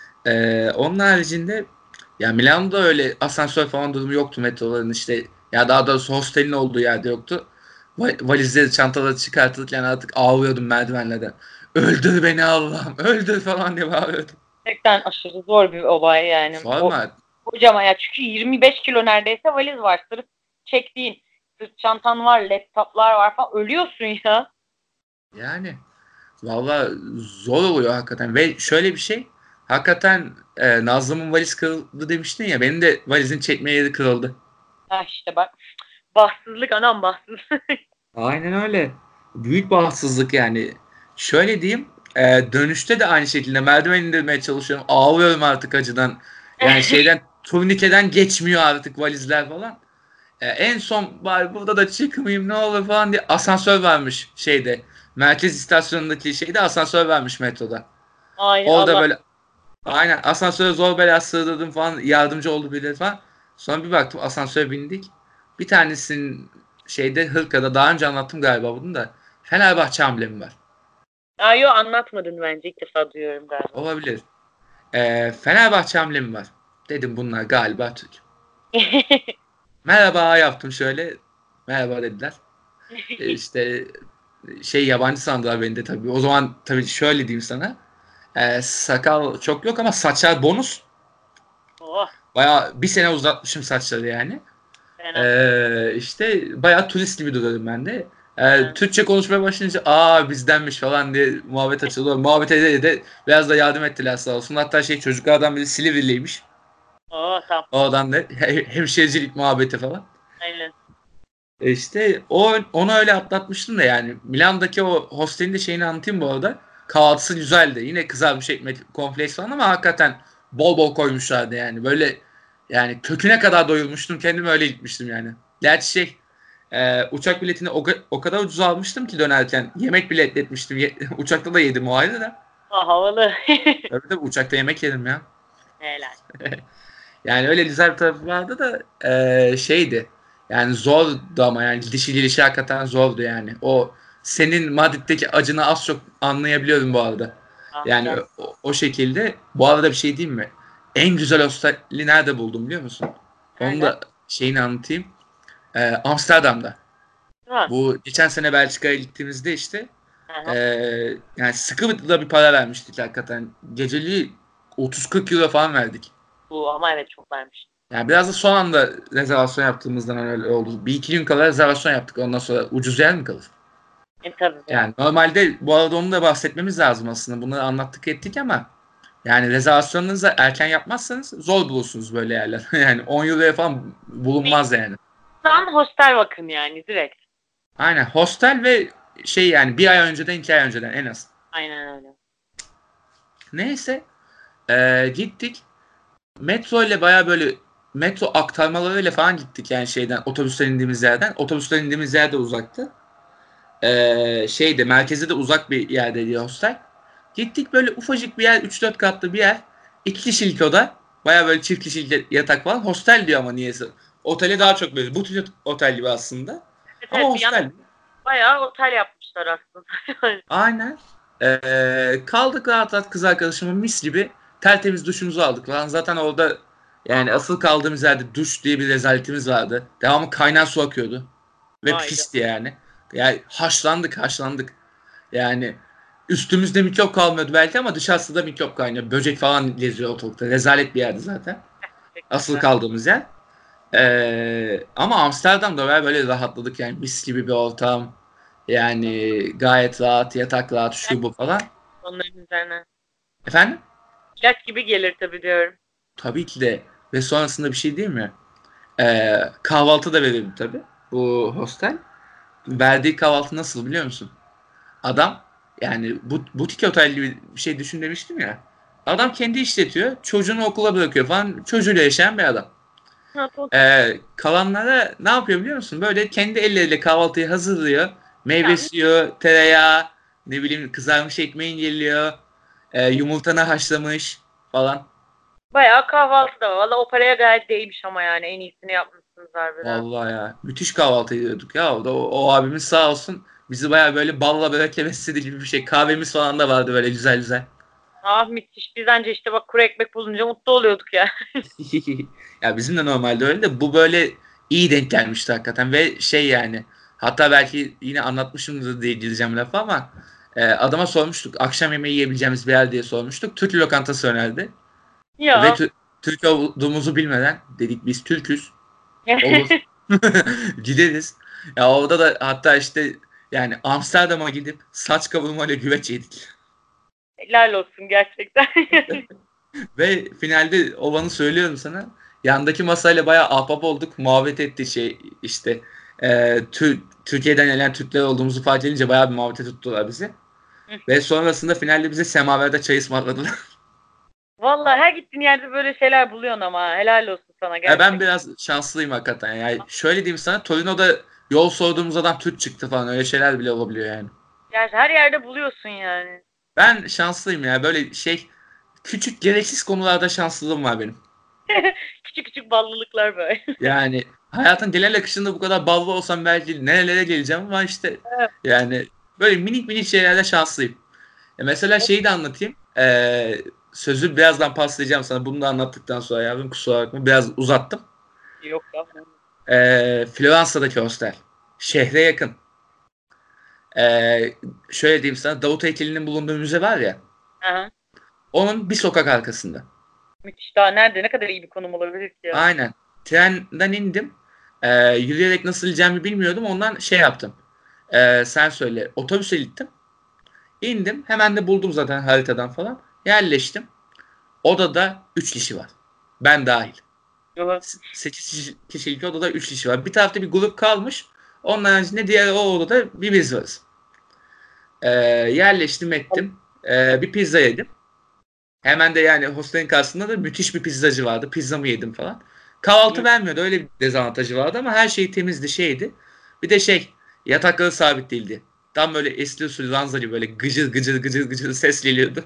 Onun haricinde ya Milano'da öyle asansör falan durumu yoktu metroların işte. Ya daha doğrusu hostelin olduğu yerde yoktu. Valizleri, çantaları çıkartırken artık ağlıyordum merdivenlerden. Öldür beni Allah'ım, öldür falan diye bağırıyordum. Gerçekten aşırı zor bir olay yani. O Sorma. kocaman ya çünkü 25 kilo neredeyse valiz var. Sırf çektiğin sırt çantan var, laptoplar var falan. Ölüyorsun ya. Yani valla zor oluyor hakikaten. Ve şöyle bir şey. Hakikaten Nazlı'mın valiz kırıldı demiştin ya. Benim de valizin çekme yeri kırıldı. Ha işte bak. Bahtsızlık anam bahtsızlık. Aynen öyle. Büyük bahtsızlık yani. Şöyle diyeyim. Dönüşte de aynı şekilde merdiven indirmeye çalışıyorum. Ağlıyorum artık acıdan. Yani şeyden turnikeden geçmiyor artık valizler falan. En son bari burada da çıkmayayım ne olur falan diye asansör varmış şeyde. Merkez istasyonundaki şeyde asansör varmış metroda. Ay Orada Allah. böyle aynen asansöre zor bela sığdırdım falan yardımcı oldu birileri falan. Sonra bir baktım asansöre bindik. Bir tanesinin şeyde Hırka'da daha önce anlattım galiba bunu da. Fenerbahçe amblemi var. Aa, yo anlatmadın bence ilk defa duyuyorum galiba. Olabilir. Fenerbahçe amblemi var. Dedim bunlar galiba Türk. Merhaba yaptım şöyle. Merhaba dediler. İşte şey yabancı sandılar beni de tabii. O zaman tabii şöyle diyeyim sana. Sakal çok yok ama saçlar bonus. Oh Bayağı bir sene uzatmışım saçları yani. fena. İşte bayağı turist gibi duruyordum ben de. Ha. Türkçe konuşmaya başlayınca bizdenmiş falan diye muhabbet açıldı. Muhabbet de biraz da yardım ettiler sağ olsun. Hatta şey çocuklardan biri Silivriliymiş. Oh tamam. Oradan da hemşericilik muhabbeti falan. Aynen. İşte onu öyle atlatmıştım da yani. Milan'daki o hostelin de şeyini anlatayım bu arada. Kahvaltısı güzeldi. Yine kızarmış ekmek, kompleks falan ama hakikaten bol bol koymuşlardı yani. Böyle yani köküne kadar doyurmuştum. Kendim öyle gitmiştim yani. Gerçi uçak biletini o kadar ucuz almıştım ki dönerken. Yemek bile etmiştim. Uçakta da yedim o ayrı da. Ah, havalı. Tabii tabii uçakta yemek yedim ya. Helal. Yani öyle güzel bir tarafı vardı da şeydi. Yani zordu ama yani gidişi gelişi hakikaten zordu yani. O senin Madrid'deki acını az çok anlayabiliyorum bu arada. Ah Yani can. o şekilde. Bu arada bir şey diyeyim mi? En güzel hosteli nerede buldum biliyor musun? Onu Nerede? da şeyini anlatayım. Amsterdam'da. Ha. Bu geçen sene Belçika'ya gittiğimizde işte e, Aha. yani sıkı da bir para vermiştik hakikaten. Geceliği 30-40 euro falan verdik. Bu ama evet çok vermiş. Yani biraz da son anda rezervasyon yaptığımızdan öyle oldu. Bir iki gün kala rezervasyon yaptık. Ondan sonra ucuz yer mi kalır? Tabii canım. Yani normalde bu arada onu da bahsetmemiz lazım aslında. Bunları anlattık ettik ama yani rezervasyonunuzu erken yapmazsanız zor bulursunuz böyle yerler. Yani 10 euroya falan bulunmaz yani. Sen hostel bakın yani direkt. Aynen hostel ve şey yani bir ay önceden 2 ay önceden en az. Aynen öyle. Neyse gittik. Metro ile baya böyle metro aktarmalarıyla falan gittik yani şeyden otobüsten indiğimiz yerden. Otobüsten indiğimiz yer de uzaktı. Şeyde merkeze de uzak bir yerdeydi hostel. Gittik böyle ufacık bir yer 3-4 katlı bir yer. 2 kişilik oda. Baya böyle çift kişilik yatak falan. Hostel diyor ama niyeyse. Otele daha çok böyle butik otel gibi aslında. Evet Ama evet bir yan hostel. bayağı otel yapmışlar aslında. Aynen. Kaldık rahat rahat kız arkadaşımın mis gibi tertemiz duşumuzu aldık falan. Zaten orada Yani asıl kaldığımız yerde duş diye bir rezaletimiz vardı. Devamlı kaynar su akıyordu. Ve Haydi. pisti yani. Yani haşlandık. Yani üstümüzde mikrop kalmıyordu belki ama dışarısı da mikrop kaynıyor. Böcek falan geziyor ortalıkta. Rezalet bir yerdi zaten. Asıl Gerçekten. kaldığımız yer. Ama Amsterdam'da böyle rahatladık yani mis gibi bir ortam. Yani gayet rahat, yatak rahat, şu bu falan. Onların üzerine. Efendim? İlaç gibi gelir tabii diyorum. Tabii ki de. Ve sonrasında bir şey değil mi? Kahvaltı da verildi tabii. Bu hostel. Verdiği kahvaltı nasıl biliyor musun? Adam yani bu butik otel gibi bir şey düşün demiştim ya. Adam kendi işletiyor. Çocuğunu okula bırakıyor falan. Çocuğuyla yaşayan bir adam. Ha, Kalanlara ne yapıyor biliyor musun? Böyle kendi elleriyle kahvaltıyı hazırlıyor. Meyve yani suyu, tereyağı, ne bileyim kızarmış ekmeğin geliyor. Yumurtanı haşlamış falan. bayağı kahvaltı da var. Valla o paraya gayet değmiş ama yani en iyisini yapmışsınız harbiden. Vallahi ya. Müthiş kahvaltı ediyorduk ya. O abimiz sağ olsun. Bizi baya böyle balla börekle besledi gibi bir şey. Kahvemiz falan da vardı böyle güzel güzel. Ah müthiş. Biz anca işte bak kuru ekmek bulunca mutlu oluyorduk ya. Ya bizim de normalde öyle de bu böyle iyi denk gelmişti hakikaten ve şey yani hatta belki yine anlatmışımdır diye gireceğim lafa ama adama sormuştuk akşam yemeği yiyebileceğimiz bir yer diye sormuştuk. Türk lokantası önerdi ve Ya. Türk olduğumuzu bilmeden dedik biz Türküz olur gideriz. Ya orada da hatta işte yani Amsterdam'a gidip saç kavurmayla güveç yedik. Helal olsun gerçekten. Ve finalde olanı söylüyorum sana. Yandaki masayla bayağı ahbap olduk. Muhabbet etti şey işte. Türkiye'den gelen Türkler olduğumuzu fark edince bayağı bir muhabbete tuttular bizi. Ve sonrasında finalde bize semaverde çay ısmarladılar. Vallahi her gittiğin yerde böyle şeyler buluyorsun ama helal olsun sana Ben gerçekten. biraz şanslıyım hakikaten. Yani şöyle diyeyim sana Torino'da yol sorduğumuz adam Türk çıktı falan. Öyle şeyler bile olabiliyor yani. Gerçi her yerde buluyorsun yani. Ben şanslıyım ya. Böyle şey küçük gereksiz konularda şanslılığım var benim. Küçük küçük ballılıklar böyle. Yani hayatın genel akışında bu kadar ballı olsam belki nerelere geleceğim ama işte Evet. yani böyle minik minik şeylerde şanslıyım. Mesela şeyi de anlatayım. Sözü birazdan paslayacağım sana. Bunu da anlattıktan sonra yavrum kusura bakma. Biraz uzattım. Yok ya. Floransa'daki hostel. Şehre yakın. Şöyle diyeyim sana. Davut heykelinin bulunduğu müze var ya. Aha. Onun bir sokak arkasında. Müthiş. Daha nerede ne kadar iyi bir konum olabilir ki ya. Aynen. Trenden indim. Yürüyerek nasıl gideceğimi bilmiyordum. Ondan şey yaptım. Sen söyle. Otobüse gittim. İndim. Hemen de buldum zaten haritadan falan. Yerleştim. Odada 3 kişi var. Ben dahil. Yok. 8 kişilik odada 3 kişi var. Bir tarafta bir grup kalmış. Onun haricinde diğer o odada bir biz varız. Yerleştim ettim. Bir pizza yedim. Hemen de yani hostelin karşısında da müthiş bir pizzacı vardı. Pizzamı yedim falan. Kahvaltı vermiyordu. Öyle bir dezavantajı vardı ama her şey temizdi şeydi. Bir de şey yatakları sabit değildi. Tam böyle eski usul ranza gibi böyle gıcır gıcır gıcır gıcır ses geliyordu.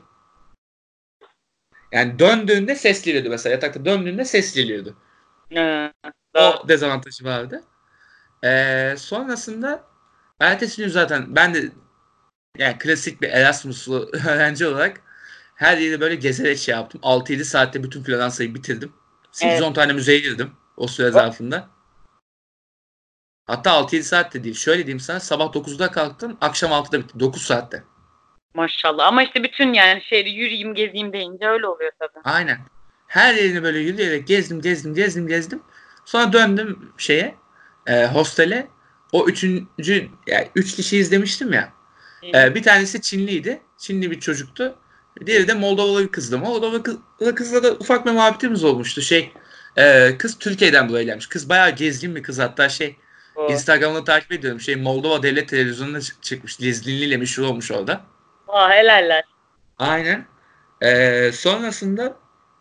Yani döndüğünde ses geliyordu mesela. Yatakta döndüğünde ses geliyordu. Ha, daha. O dezavantajı vardı. Sonrasında ertesi gün zaten ben de yani klasik bir Erasmus'lu öğrenci olarak her yeri böyle gezerek şey yaptım. 6-7 saatte bütün Floransa'yı bitirdim. Sekiz Evet. on tane müzeye girdim o süre zarfında. Hatta 6-7 saat de değil. Şöyle diyeyim sana sabah 9'da kalktım akşam 6'da bitti. 9 saatte. Maşallah. Ama işte bütün yani şeyde yürüyeyim gezeyim deyince öyle oluyor tabii. Aynen. Her yerini böyle yürüyerek gezdim. Sonra döndüm şeye hostele. O üçüncü yani 3 kişi izlemiştim ya. Hı hı. Bir tanesi Çinliydi. Çinli bir çocuktu. Diğeri de Moldovalı bir kızdı. Kızla da ufak bir muhabbetimiz olmuştu. Kız Türkiye'den buraya gelmiş. Kız bayağı gezgin bir kız. Hatta O. Instagram'ını takip ediyorum. Moldova Devlet Televizyonu'na çıkmış. Gezginliğiyle meşhur olmuş orada. Aa, helaller. Aynen. Sonrasında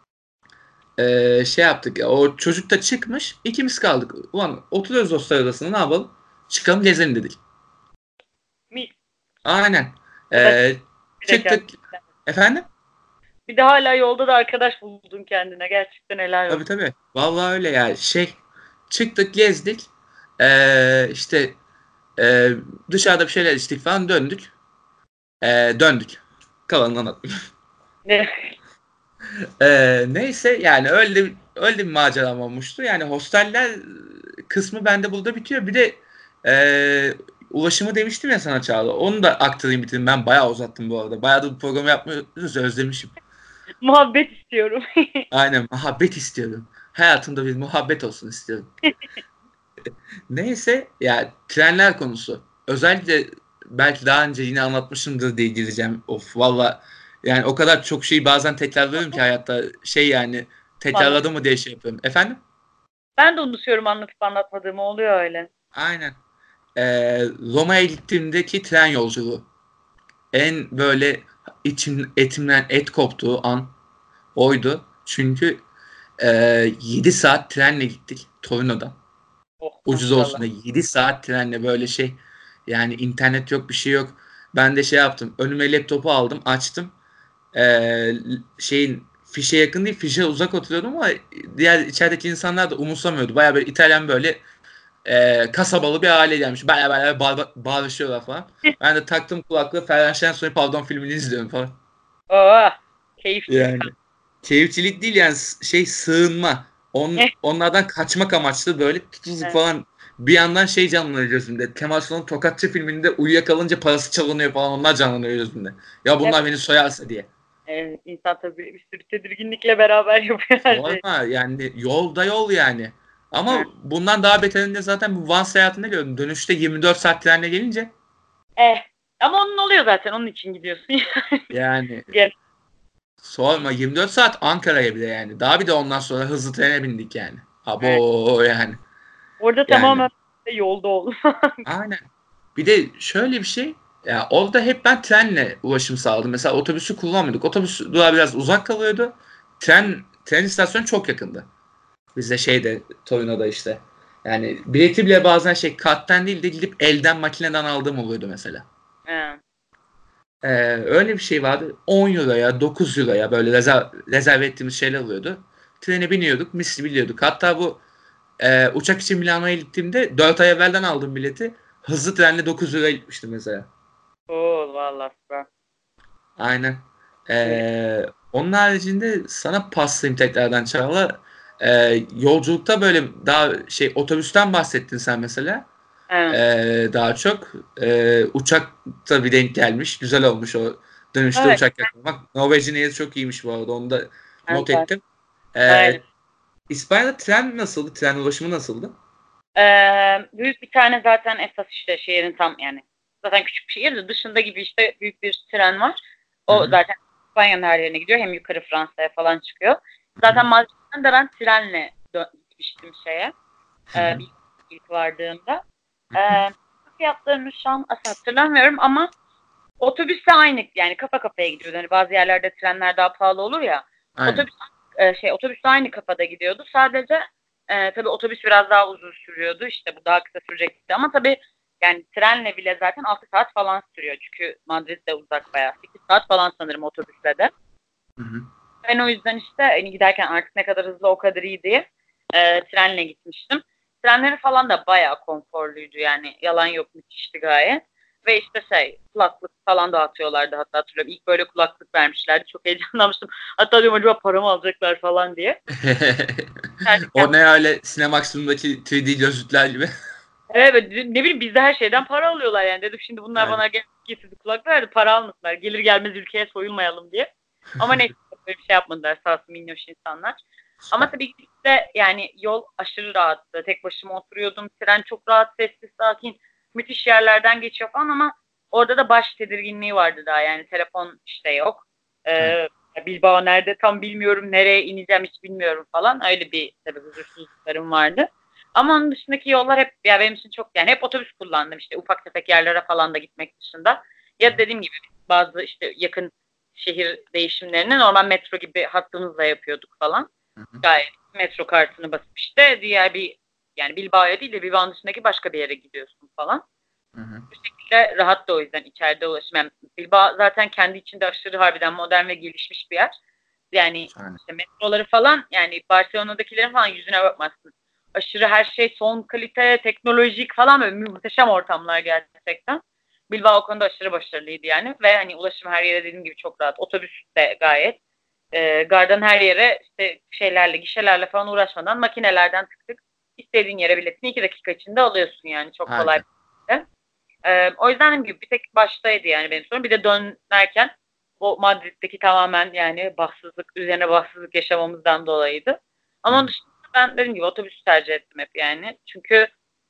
şey yaptık. O çocuk da çıkmış. İkimiz kaldık. Ulan oturuyoruz hostel odasında ne yapalım? Çıkalım gezelim dedik. Mis. Aynen. O da Ee, bir de Çıktık. kendine. Efendim? Bir de hala yolda da arkadaş buldun kendine. Gerçekten helal Tabii olsun. tabii. Vallahi öyle ya. Çıktık gezdik. İşte e, dışarıda bir şeyler içtik falan döndük. Döndük. Kalanını anlatmayayım. Ne? Neyse yani öyle bir maceram olmuştu. Yani hosteller kısmı bende burada bitiyor. Bir de ulaşımı demiştim ya sana Çağla. Onu da aktarayım bitireyim. Ben bayağı uzattım bu arada. Bayağı da bu programı yapmıyoruz, özlemişim. Muhabbet istiyorum. Aynen, muhabbet istiyorum. Hayatımda bir muhabbet olsun istiyorum. Neyse ya, trenler konusu. Özellikle belki daha önce yine anlatmışımdır diye gireceğim. Of valla, yani o kadar çok şeyi bazen tekrarlıyorum ki hayatta, yani tekrarladım mı diye şey yapıyorum. Efendim? Ben de unutuyorum anlatıp anlatmadığımı, oluyor öyle. Aynen. Roma'ya gittiğimdeki tren yolculuğu. En böyle etimden et koptuğu an oydu. Çünkü 7 saat trenle gittik Torino'dan. Oh Ucuz olsun maşallah. diye 7 saat trenle, böyle şey. Yani internet yok, bir şey yok. Ben de şey yaptım. Önüme laptopu aldım, açtım. Şeyin fişe yakın değil, fişe uzak oturuyordum ama diğer içerideki insanlar da umursamıyordu. Baya böyle İtalyan, böyle kasabalı bir aile gelmiş. Baya bağırışıyorlar falan. Ben de taktım kulaklığı, Ferhan Şensoy Pardon filmini izliyorum falan. Oh, keyifçilik. Yani keyifçilik değil yani, sığınma. Onlardan kaçmak amaçlı böyle tutukluk Evet, falan. Bir yandan şey canlanıyor gözümde. Kemal Sunal'ın Tokatçı filminde uyuyakalınca parası çalınıyor falan, onlar canlanıyor gözümde. Ya hep bunlar beni soyarsa diye. insan tabii bir sürü tedirginlikle beraber yapıyor her şeyi. Sorma yani, yolda yol yani. Ama Evet. bundan daha beterinde zaten bu Van seyahatinde gördüm. Dönüşte 24 saat trenle gelince Eh, ama onun oluyor zaten, onun için gidiyorsun. yani Gel. sorma, 24 saat Ankara'ya bile yani. Daha bir de ondan sonra hızlı trene bindik yani. Evet. Abo yani. Orada Yani tamamen yolda ol. aynen. Bir de şöyle bir şey. Ya orada hep ben trenle ulaşım sağladım. Mesela otobüsü kullanmıyorduk. Otobüs durağı biraz uzak kalıyordu. Tren istasyonu çok yakındı. Bizde şeyde, Torino'da işte. Yani bileti bile bazen karttan değil de gidip elden, makineden aldığım oluyordu mesela. Evet. Öyle bir şey vardı. 10 euroya, 9 euroya böyle rezerve ettiğimiz şeyler oluyordu. Trene biniyorduk, misli biliyorduk. Hatta bu uçak için Milano'ya gittiğimde 4 ay evvelden aldım bileti. Hızlı trenle 9 liraya gitmiştim mesela. Oo, vallahi süper. Aynen. Öyle. Onun haricinde sana paslayayım tekrardan Çağla. Yolculukta böyle daha otobüsten bahsettin sen mesela. Evet. Daha çok. Uçakta bir denk gelmiş. Güzel olmuş o dönüşte Evet. uçak yakalamak. Norveç'in yeri çok iyiymiş bu arada. Onu da not Evet. ettim. Ee, Aynen. İspanya'da tren nasıldı? Tren ulaşımı nasıldı? Büyük bir tane zaten esas işte şehrin tam yani zaten küçük bir şehir de dışında gibi işte büyük bir tren var. Hı O hı. zaten İspanya'nın her yerine gidiyor. Hem yukarı Fransa'ya falan çıkıyor. Hı hı. Zaten Madrid'den de ben trenle gitmiştim şeye. Hı hı. Bir ilk vardığımda. Hı hı. Ee, Fiyatlarını şu an asla hatırlamıyorum ama otobüsle aynı yani kafa kafaya gidiyordu. Hani bazı yerlerde trenler daha pahalı olur ya. Aynen. Otobüs otobüsle aynı kafada gidiyordu. Sadece tabii otobüs biraz daha uzun sürüyordu. İşte bu daha kısa sürecekti ama tabii yani trenle bile zaten 6 saat falan sürüyor. Çünkü Madrid de uzak bayağı. 8 saat falan sanırım otobüsle de. Hı hı. Ben o yüzden işte hani giderken artık ne kadar hızlı o kadar iyi diye trenle gitmiştim. Trenleri falan da bayağı konforluydu yani yalan yok, müthişti gayet. Ve işte kulaklık falan dağıtıyorlardı hatta hatırlıyorum. İlk böyle kulaklık vermişlerdi. Çok heyecanlanmıştım. Hatta diyorum acaba paramı alacaklar falan diye. Gerçekten. O ne öyle Cinemaxim'daki 3D gözlükler gibi. Evet, ne bileyim bizde her şeyden para alıyorlar yani. Dedim şimdi bunlar Aynen. bana getirdi kulak verdi, para almasınlar. Gelir gelmez ülkeye soyulmayalım diye. Ama neyse böyle bir şey yapmadılar sağ olsun minnoş insanlar. Ama Süper. tabii ki de yani yol aşırı rahattı. Tek başıma oturuyordum. Tren çok rahat, sessiz, sakin. Müthiş yerlerden geçiyor falan ama orada da baş tedirginliği vardı daha. Yani telefon işte yok. Aynen. Bilbao nerede tam bilmiyorum. Nereye ineceğim hiç bilmiyorum falan. Öyle bir tabii huzursuzluklarım vardı. Ama onun dışındaki yollar hep ya benim için çok yani hep otobüs kullandım işte ufak tefek yerlere falan da gitmek dışında. Ya dediğim gibi bazı işte yakın şehir değişimlerini normal metro gibi hattımızla yapıyorduk falan. Hı hı. Gayet metro kartını basıp işte diğer bir yani Bilbao'ya değil de Bilbao'nun dışındaki başka bir yere gidiyorsun falan. Hı hı. Bu şekilde rahat da o yüzden içeride ulaşım. Yani Bilbao zaten kendi içinde aşırı harbiden modern ve gelişmiş bir yer. Yani Aynen. işte metroları falan yani Barcelona'dakilerin falan yüzüne bakmazsın. Aşırı her şey son kalite, teknolojik falan böyle muhteşem ortamlar gerçekten. Bilbao o konuda aşırı başarılıydı yani ve hani ulaşım her yere dediğim gibi çok rahat. Otobüs de gayet. gardan her yere işte şeylerle, gişelerle falan uğraşmadan makinelerden tık tık istediğin yere biletini 2 dakika içinde alıyorsun yani çok kolay Harika. bir şekilde. O yüzden dediğim gibi bir tek baştaydı yani benim sorun. Bir de dönerken o Madrid'deki tamamen yani bahtsızlık, üzerine bahtsızlık yaşamamızdan dolayıydı. Ama onun dışında ben dediğim gibi otobüsü tercih ettim hep yani. Çünkü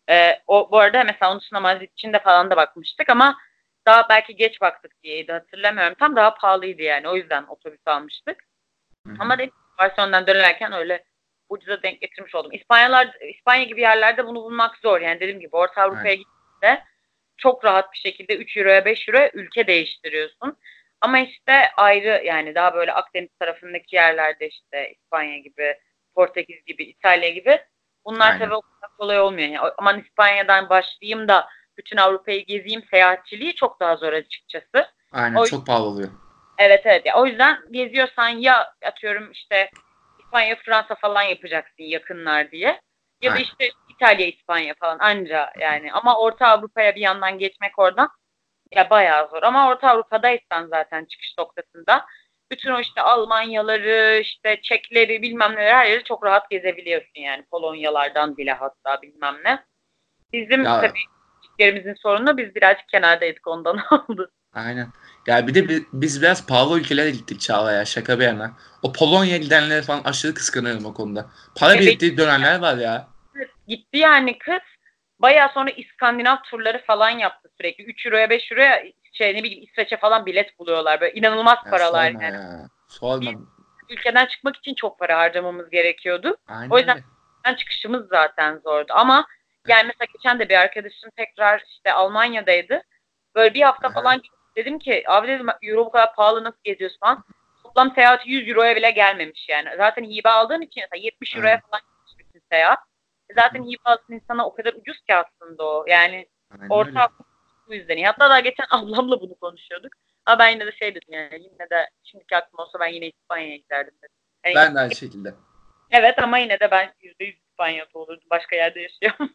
bu arada mesela onun dışında Madrid için de falan da bakmıştık ama daha belki geç baktık diyeydi hatırlamıyorum. Tam daha pahalıydı yani. O yüzden otobüs almıştık. Hı hı. Ama dediğim gibi Barcelona'dan dönerken öyle ucuza denk getirmiş oldum. İspanya gibi yerlerde bunu bulmak zor. Yani dediğim gibi Orta Avrupa'ya Aynen. gittiğinde çok rahat bir şekilde 3 euroya 5 euroya ülke değiştiriyorsun. Ama işte ayrı yani daha böyle Akdeniz tarafındaki yerlerde işte İspanya gibi, Portekiz gibi, İtalya gibi bunlar Aynen. tabii o kadar kolay olmuyor. Yani aman İspanya'dan başlayayım da bütün Avrupa'yı gezeyim seyahatçiliği çok daha zor açıkçası. Aynen. O Çok pahalı oluyor. Evet evet. Ya, o yüzden geziyorsan ya atıyorum işte İspanya, Fransa falan yapacaksın yakınlar diye. Ya da Aynen. işte İtalya, İspanya falan anca yani. Ama Orta Avrupa'ya bir yandan geçmek oradan ya bayağı zor. Ama Orta Avrupa'daysan zaten çıkış noktasında bütün o işte Almanyaları, işte Çekleri bilmem neler her yeri çok rahat gezebiliyorsun yani. Polonyalardan bile hatta bilmem ne. Bizim tabii Ya gittiklerimizin sorunu biz birazcık kenardaydık ondan oldu. aynen. Ya bir de biz biraz pahalı ülkelere gittik Çağla ya. Şaka bir yana. O Polonya gidenleri falan aşırı kıskanıyorum o konuda. Para Evet. biriktirip dönenler var ya. Gitti yani kız. Bayağı sonra İskandinav turları falan yaptı sürekli. 3 euroya 5 euroya şey ne bileyim İsveç'e falan bilet buluyorlar. Böyle inanılmaz Ya paralar sorma yani. ya. Biz Sorma. ülkeden çıkmak için çok para harcamamız gerekiyordu. O Aynen yüzden öyle. ülkeden çıkışımız zaten zordu. Ama yani mesela geçen de bir arkadaşım tekrar işte Almanya'daydı. Böyle bir hafta Aha. falan dedim ki abi dedim euro bu kadar pahalı nasıl geziyorsun falan. Toplam seyahati 100 euroya bile gelmemiş yani. Zaten hibe aldığın için mesela 70 euroya Aynen. falan gitmiş bütün seyahat. Hı Zaten hı. hibe alan insana o kadar ucuz ki aslında o. Yani Aynen öyle. orta bu yüzden iyi. Hatta daha geçen ablamla bunu konuşuyorduk. Ama ben yine de şey dedim yani yine de şimdiki aklım olsa ben yine İspanya'ya giderdim dedim. Yani, Ben de aynı şekilde. evet ama yine de ben %100 İspanya'da olurdum. Başka yerde yaşayamam.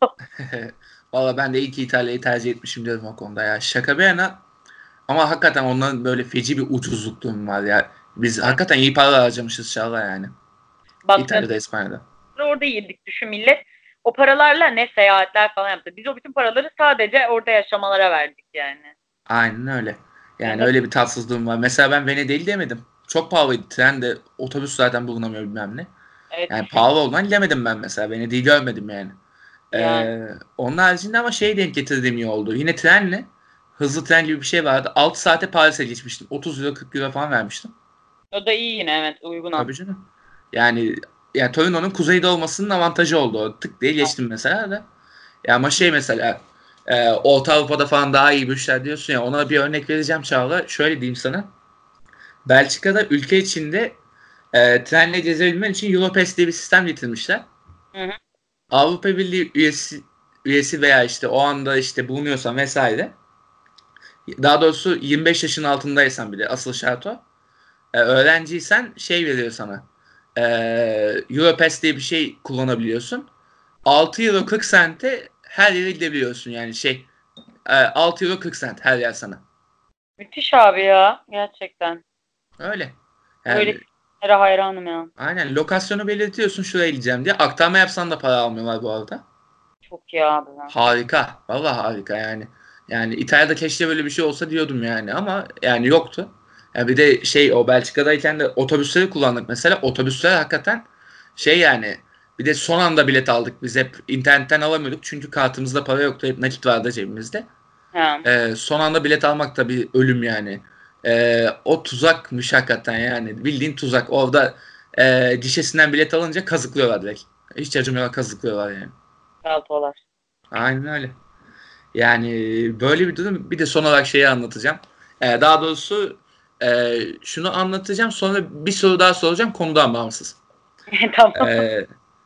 Valla ben de iyi ki İtalya'yı tercih etmişim diyorum o konuda ya. Şaka bir yana ama hakikaten onların böyle feci bir ucuzluk durumu var ya. Biz Evet. hakikaten iyi para harcamışız Çağla yani. Baktığın İtalya'da, İspanya'da. orada yedik düşün millet. O paralarla ne seyahatler falan yaptı. Biz o bütün paraları sadece orada yaşamalara verdik yani. Aynen öyle. Yani Yani öyle bir tatsız durum var. Mesela ben Venedik'i demedim. Çok pahalıydı. Tren de otobüs zaten bulunamıyor bilmem ne. evet Yani düşün pahalı olduğundan gidemedim ben mesela. Venedik'i görmedim yani. yani. Onun haricinde ama şey denk getirdiğim iyi oldu. Yine trenle hızlı tren gibi bir şey vardı. 6 saate Paris'e geçmiştim. 30 euro 40 euro falan vermiştim. O da iyi yine evet uygun Tabii aslında. canım. Yani Torino'nun kuzeyde olmasının avantajı oldu. O tık diye geçtim mesela da. Ya ama şey mesela Orta Avrupa'da falan daha iyi bir işler diyorsun ya ona bir örnek vereceğim Çağla. Şöyle diyeyim sana. Belçika'da ülke içinde trenle gezebilmen için Europass diye bir sistem getirmişler. Hı hı. Avrupa Birliği üyesi veya işte o anda işte bulunuyorsan vesaire. Daha doğrusu 25 yaşın altındaysan bile asıl şart o. Öğrenciysen şey veriyor sana. E, Europass diye bir şey kullanabiliyorsun. 6 euro 40 sente her yere gidebiliyorsun yani 6 euro 40 sent her yer sana. Müthiş abi ya gerçekten. Öyle. Öyle Yani sistemlere hayranım ya. aynen lokasyonu belirtiyorsun şuraya gideceğim diye. Aktarma yapsan da para almıyorlar bu arada. Çok iyi abi ya. Harika. Vallahi harika yani. Yani İtalya'da keşke böyle bir şey olsa diyordum yani ama yani yoktu. Ya bir de o Belçika'dayken de otobüsleri kullandık mesela. Otobüsler hakikaten yani bir de son anda bilet aldık. Biz hep internetten alamıyorduk çünkü kartımızda para yoktu. Hep nakit vardı cebimizde. Ha. Son anda bilet almak da bir ölüm yani. O tuzakmış hakikaten yani. Bildiğin tuzak. Orada gişesinden bilet alınca kazıklıyorlar direkt. Hiç acımıyorlar kazıklıyorlar yani. Saltolar. Aynen öyle. Yani böyle bir durum. Bir de son olarak şeyi anlatacağım. Daha doğrusu şunu anlatacağım. Sonra bir soru daha soracağım. Konudan bağımsız. Tamam. Ee,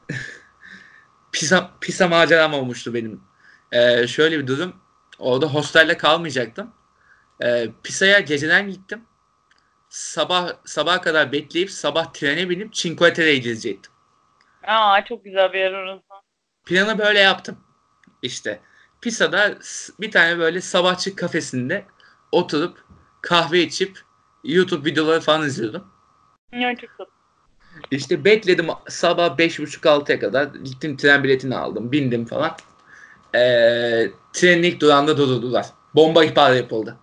Pisa maceram olmuştu benim. Şöyle bir durum. Orada hostelde kalmayacaktım. Pisa'ya geceden gittim. Sabaha kadar bekleyip sabah trene binip Cinque Terre'ye gidecektim. Aa çok güzel bir yer orası. Planı böyle yaptım. İşte Pisa'da bir tane böyle sabahçı kafesinde oturup kahve içip YouTube videoları falan izliyordum. Ya çok tatlı. İşte bekledim sabah 5.30-6'ya kadar. Gittim tren biletini aldım. Bindim falan. Trenin ilk durağında durdular. Bomba ihbarı yapıldı.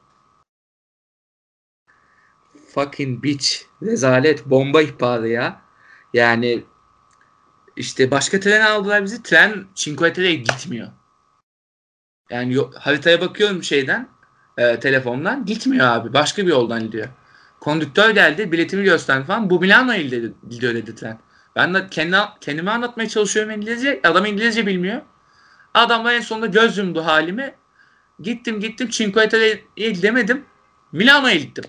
Fucking bitch. Rezalet. Bomba ihbarı ya. Yani işte başka tren aldılar bizi. Tren Cinque Terre'ye gitmiyor. Yani haritaya bakıyorum şeyden. Telefondan. Gitmiyor abi. Başka bir yoldan gidiyor. Kondüktör geldi. Biletimi gösterdi falan. Bu Milano'ya gidiyor dedi tren. Ben de kendime anlatmaya çalışıyorum İngilizce. Adam İngilizce bilmiyor. Adamlar en sonunda göz yumdu halimi. Gittim Cinque Terre'ye gidemedim. Milano'ya gittim.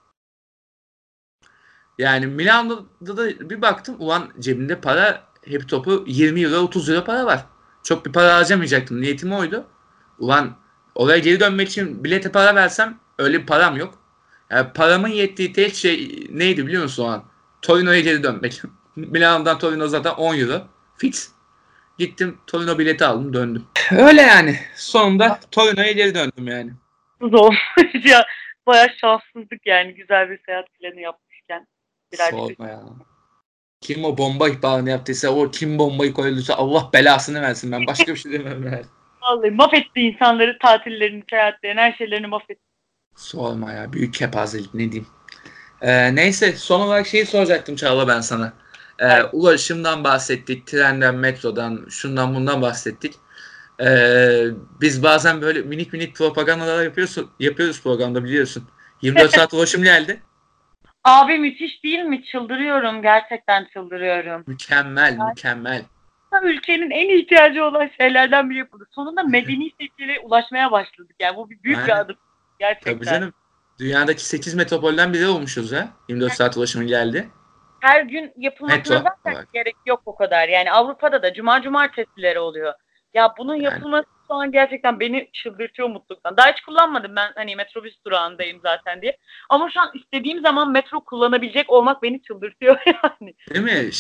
Yani Milano'da da bir baktım ulan cebimde para hep topu 20 euro 30 euro para var. Çok bir para harcamayacaktım. Niyetim oydu. Ulan oraya geri dönmek için bilete para versem öyle bir param yok. Yani paramın yettiği tek şey neydi biliyor musun o an? Torino'ya geri dönmek. Milano'dan Torino zaten 10 euro. Fix. Gittim Torino bileti aldım döndüm. Öyle yani. Sonunda Torino'ya geri döndüm yani. Olmuş ya. Bayağı şanssızlık yani güzel bir seyahat planı yapmışken. Birer bir Sorma ya. Kim o bomba ihbarını yaptıysa o kim bombayı koyduysa Allah belasını versin ben. Başka bir şey demem yani. vallahi mahvetti insanları, tatillerini, seyahatlerini, her şeylerini mahvetti. Sorma ya. Büyük kepazelik ne diyeyim. Neyse son olarak şeyi soracaktım Çağla ben sana. Evet. Ulaşımdan bahsettik. Trenden, metrodan, şundan bundan bahsettik. Ee, Biz bazen böyle minik minik propagandalar yapıyoruz programda biliyorsun. 24 saat ulaşım geldi. Abi müthiş değil mi? Çıldırıyorum. Gerçekten çıldırıyorum. Mükemmel, mükemmel. Ülkenin en ihtiyacı olan şeylerden biri yapıldı. Sonunda medeni seviyelere ulaşmaya başladık. Yani bu büyük bir Aynen. adım. Tabii Gerçekten. canım. Dünyadaki 8 metropolden biri olmuşuz ya. 24 saat ulaşımı geldi. Her gün yapılmasına Metro zaten olarak. gerek yok o kadar. Yani Avrupa'da da cumartesileri oluyor. Ya bunun Yani yapılması şu an gerçekten beni çıldırtıyor mutluluktan. Daha hiç kullanmadım ben hani metrobüs durağındayım zaten diye. Ama şu an istediğim zaman metro kullanabilecek olmak beni çıldırtıyor yani. değil mi?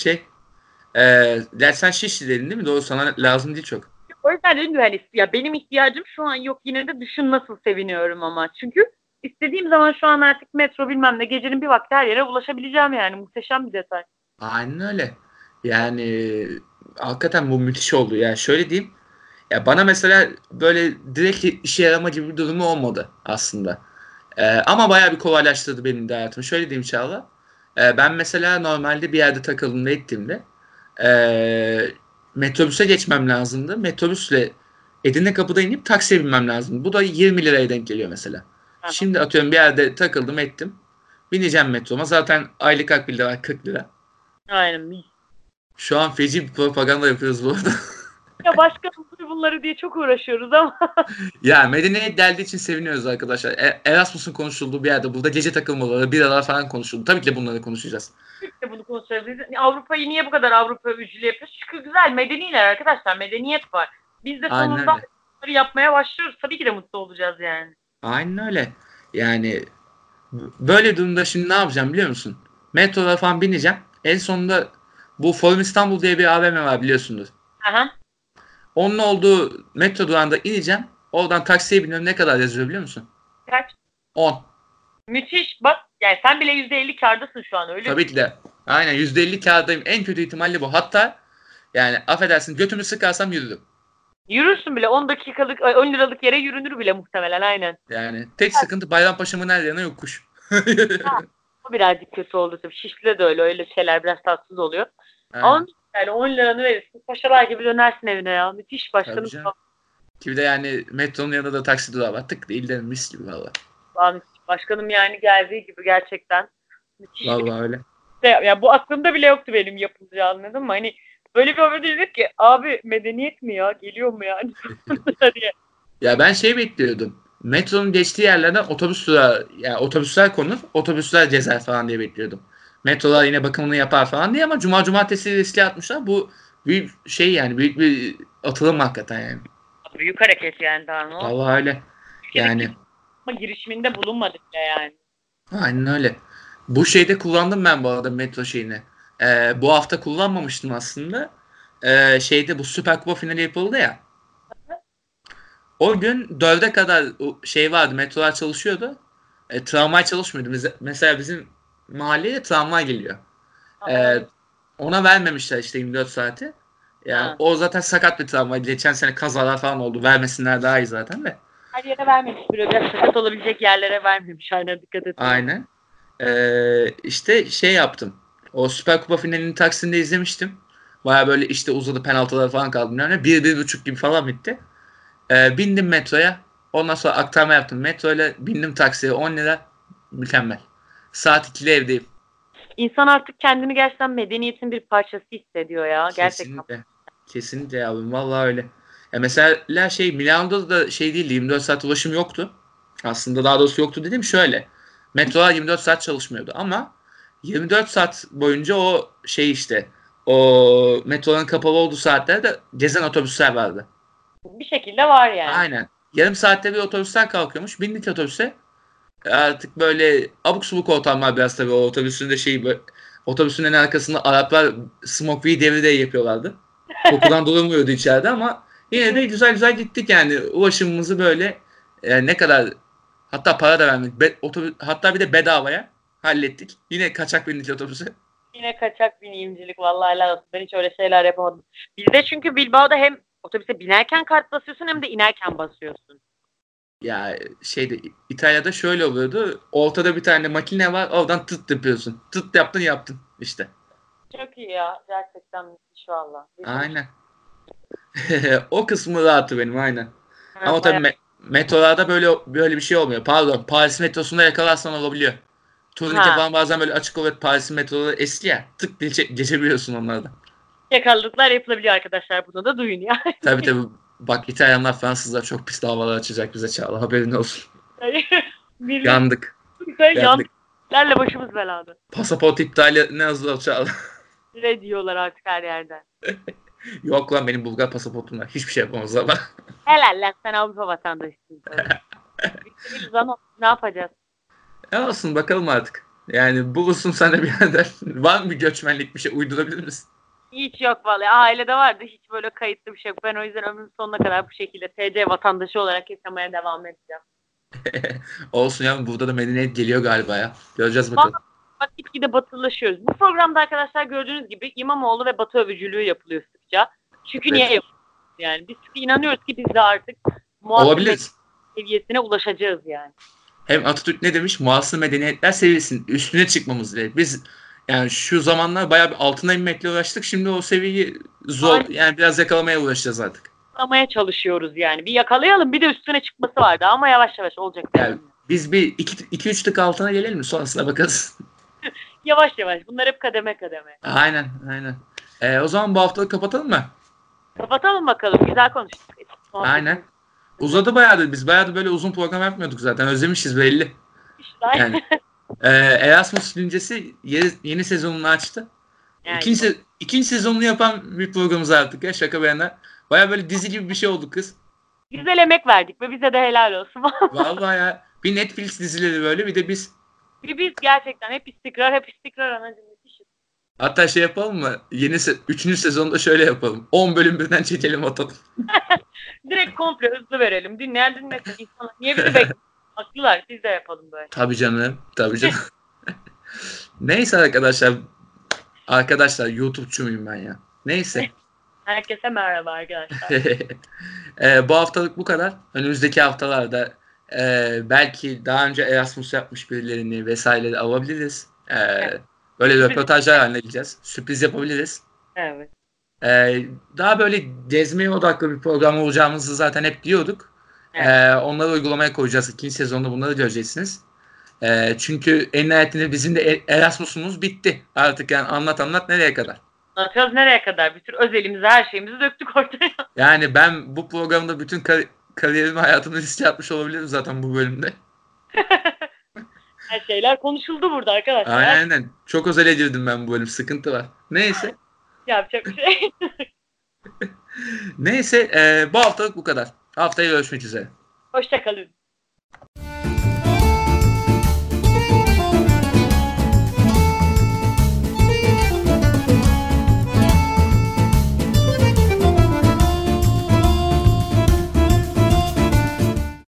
Dersen Şişli'deydin değil mi? Doğru sana lazım değil çok. O yüzden dedim ki hani ya benim ihtiyacım şu an yok yine de düşün nasıl seviniyorum ama. Çünkü istediğim zaman şu an artık metro bilmem ne gecenin bir vakti her yere ulaşabileceğim yani. Muhteşem bir detay. Aynen öyle. Yani hakikaten bu müthiş oldu. Yani şöyle diyeyim. Ya bana mesela böyle direkt işe yarama gibi bir durumu olmadı aslında. Ama bayağı bir kolaylaştırdı benim de hayatımı. Şöyle diyeyim Çağla. Ben mesela normalde bir yerde takıldığımda ettiğimde e, metrobüse geçmem lazımdı. Metrobüsle Edirne Kapı'da inip taksiye binmem lazımdı. Bu da 20 liraya denk geliyor mesela. Aha. Şimdi atıyorum bir yerde takıldım ettim. Bineceğim metroma. Zaten aylık akbil de var 40 lira. Aynen. Şu an feci bir propaganda yapıyoruz bu arada. Ya başka bunları diye çok uğraşıyoruz ama Ya medeniyet deldiği için seviniyoruz arkadaşlar. Erasmus'un konuşulduğu bir yerde burada gece takılmaları, biralar falan konuşuldu. Tabii ki de bunları konuşacağız. de bunu konuşuyoruz. Avrupa'yı niye bu kadar Avrupa öcülü yapıyoruz? Çünkü güzel medeniler arkadaşlar. Medeniyet var. Biz de Aynen sonunda öyle. bunları yapmaya başlıyoruz. Tabii ki de mutlu olacağız yani. Aynen öyle. Yani böyle durumda şimdi ne yapacağım biliyor musun? Metrolara falan bineceğim. En sonunda bu Forum İstanbul diye bir AVM var biliyorsunuz. Aha. Onun olduğu metro durağında ineceğim. Oradan taksiye biniyorum. Ne kadar yazıyor biliyor musun? Kaç? 10. Müthiş. Bak yani sen bile %50 kârdasın şu an öyle Tabii düşün. ki de. Aynen %50 kârdayım. En kötü ihtimalle bu. Hatta yani affedersin götümü sıkarsam yürürüm. Yürürsün bile 10 dakikalık 10 liralık yere yürünür bile muhtemelen aynen. Yani tek sıkıntı Bayrampaşa'mın her yerine yokuş. O birazcık kötü oldu tabii. Şişli'de de öyle şeyler biraz tatsız oluyor. Ama Aynen. yani 10 liranı verirsin. Paşalar gibi dönersin evine ya. Müthiş Tabii başkanım. canım. Ki bir de yani metronun yanında da taksi durağı var. Tık değil de mis gibi valla. Müthiş. Başkanım yani geldiği gibi gerçekten. Müthiş bir Valla öyle. ya bu aklımda bile yoktu benim yapılacağı anladın mı? Hani böyle bir haber dedik ki abi medeniyet mi ya? Geliyor mu yani? diye. Ya ben şey bekliyordum. Metronun geçtiği yerlerden otobüs durağı, yani otobüsler konur, otobüsler gezer falan diye bekliyordum. Metrolar yine bakımını yapar falan diye ama cumartesi riske atmışlar. Bu büyük şey yani büyük bir atılım hakikaten yani. Büyük hareket yani daha ne olsun. Vallahi öyle. Ülkede Yani kimse girişiminde bulunmadık bile yani. aynen öyle. Bu şeyde kullandım ben bu arada metro şeyini. Bu hafta kullanmamıştım aslında. Şeyde bu Süper Kupa finali yapıldı ya. O gün 4'e kadar şey vardı. Metrolar çalışıyordu. Tramvay çalışmıyordu. Mesela bizim mahalleye tramvay geliyor. E, ona vermemişler işte 24 saati. Yani Ha. o zaten sakat bir travma. Geçen sene kazalar falan oldu. Vermesinler daha iyi zaten de. Her yere vermemiş. Biraz sakat olabilecek yerlere vermemiş. Aynen dikkat etmiyor. Aynen. İşte şey yaptım. O Süper Kupa finalini Taksim'de izlemiştim. Baya böyle işte uzadı, penaltılar falan kaldı. Yani 1-1,5 gibi falan bitti. Bindim metroya. Ondan sonra aktarma yaptım. Metroyla bindim taksiye 10 lira. Mükemmel. Saat 2'de evdeyim. İnsan artık kendini gerçekten medeniyetin bir parçası hissediyor ya. Gerçekten. Kesinlikle. Kesinlikle abi. Vallahi öyle. Mesela şey Milano'da da şey değildi. 24 saat ulaşım yoktu. Aslında daha doğrusu yoktu dedim şöyle. Metrolar 24 saat çalışmıyordu ama 24 saat boyunca o şey işte o metroların kapalı olduğu saatlerde gezen otobüsler vardı. Bir şekilde var yani. Aynen. Yarım saatte bir otobüsten kalkıyormuş. Bindik otobüse. Artık böyle abuk subuk ortamlar biraz tabii o otobüsün de şeyi böyle, otobüsün en arkasında Araplar smoke weed devri de yapıyorlardı. Kokudan durulmuyordu içeride ama yine de güzel güzel gittik yani ulaşımımızı böyle ne kadar hatta para da vermedik. Otobüs, hatta bir de bedavaya hallettik. Yine kaçak bindik otobüse. Yine kaçak binimcilik vallahi helal olsun. Ben hiç öyle şeyler yapamadım. Bizde çünkü Bilbao'da hem otobüse binerken kart basıyorsun hem de inerken basıyorsun. Ya şeyde İtalya'da şöyle oluyordu. Ortada bir tane makine var. Oradan tıt yapıyorsun. Tıt yaptın yaptın işte. Çok iyi ya. Gerçekten müthiş valla. Bizim için Aynen. O kısmı rahatı benim aynen. Ama tabii bayağı metrolarda böyle bir şey olmuyor. Pardon, Paris metrosunda yakalarsan olabiliyor. Turnike ha falan bazen böyle açık oluyor. Paris'in metroları eski ya. Tık geçebiliyorsun onlardan. yakaladıklar yapılabiliyor arkadaşlar. Bunu da duyun ya. Tabii tabii. Bak İtalyanlar, Fransızlar çok pis davalar açacak bize Çağla. Haberin olsun. Millet Yandık. Yandık. yandıklarla başımız belada. Pasaport iptali ne hızlı Çağla. Ne diyorlar artık her yerden. Yok lan benim Bulgar pasaportum var. Hiçbir şey yapamazlar bana. Helal lan sen Avrupa vatandaşısın. Biz değiliz ama ne yapacağız? Ne olsun bakalım artık. Yani bulursun sen de bir yerden. Var mı bir göçmenlik bir şey uydurabilir misin? Hiç yok vallahi. Ailede vardı. Hiç böyle kayıtlı bir şey yok. Ben o yüzden ömrümün sonuna kadar bu şekilde TC vatandaşı olarak yaşamaya devam edeceğim. Olsun ya burada da medeniyet geliyor galiba ya. Göreceğiz bakalım. Vallahi bak gitgide batılılaşıyoruz. Bu programda arkadaşlar gördüğünüz gibi İmamoğlu ve Batı övücülüğü yapılıyor sıkça. Çünkü niye Evet. yapılıyor? Yani biz inanıyoruz ki biz de artık muasır Olabiliriz. seviyesine ulaşacağız yani. Hem Atatürk ne demiş? Muasır medeniyetler seviyesinin üstüne çıkmamız diye. Biz yani şu zamanlar bayağı bir altına inmekle uğraştık. Şimdi o seviyeyi zor Aynen. yani biraz yakalamaya uğraşacağız artık. Yakalamaya çalışıyoruz yani. Bir yakalayalım bir de üstüne çıkması vardı ama yavaş yavaş olacak. Yani biz bir iki üç tık altına gelelim mi? Sonrasına bakarız. Yavaş yavaş. Bunlar hep kademe kademe. Aynen aynen. O zaman bu haftalık kapatalım mı? Kapatalım bakalım. Güzel konuştuk. Aynen. Uzadı bayağıdır. Biz bayağıdır böyle uzun program yapmıyorduk zaten. Özlemişiz belli. Yani Erasmus Güncesi yeni sezonunu açtı. Yani, İkinci sezonunu yapan bir programımız artık ya şaka bir yana. Baya böyle dizi gibi bir şey oldu kız. güzel emek verdik ve bize de helal olsun. Vallahi ya bir Netflix dizileri böyle bir de biz. Biz gerçekten hep istikrar anacım yetişiz. Hatta şey yapalım mı? Üçüncü sezonda şöyle yapalım. 10 bölüm birden çekelim atalım. Direkt komple hızlı verelim. Dinleyen dinlesin. İnsanlar niye bizi bekliyor? Haklılar. Biz de yapalım böyle. Tabii canım. Tabii canım. Neyse arkadaşlar. Arkadaşlar YouTube'cu muyum ben ya? Neyse. Herkese merhaba arkadaşlar. Bu haftalık bu kadar. Önümüzdeki haftalarda belki daha önce Erasmus yapmış birilerini vesaire alabiliriz. Evet. Böyle röportajlar haline geleceğiz. Sürpriz yapabiliriz. Evet. Daha böyle gezmeye odaklı bir program olacağımızı zaten hep diyorduk. Evet. Onları uygulamaya koyacağız. İkinci sezonda bunları göreceksiniz. Çünkü en nihayetinde bizim de Erasmus'umuz bitti. Artık yani anlat nereye kadar. Anlatıyoruz nereye kadar? Bir tür özelimizi, her şeyimizi döktük ortaya. Yani ben bu programda bütün kariyerimi hayatımı riske atmış olabilirim zaten bu bölümde. Her şeyler konuşuldu burada arkadaşlar. Aynen. Çok özele girdim ben bu bölüm. Sıkıntı var. Neyse. Yapacak bir şey. Neyse. Bu haftalık bu kadar. Haftaya görüşmek üzere. Hoşçakalın.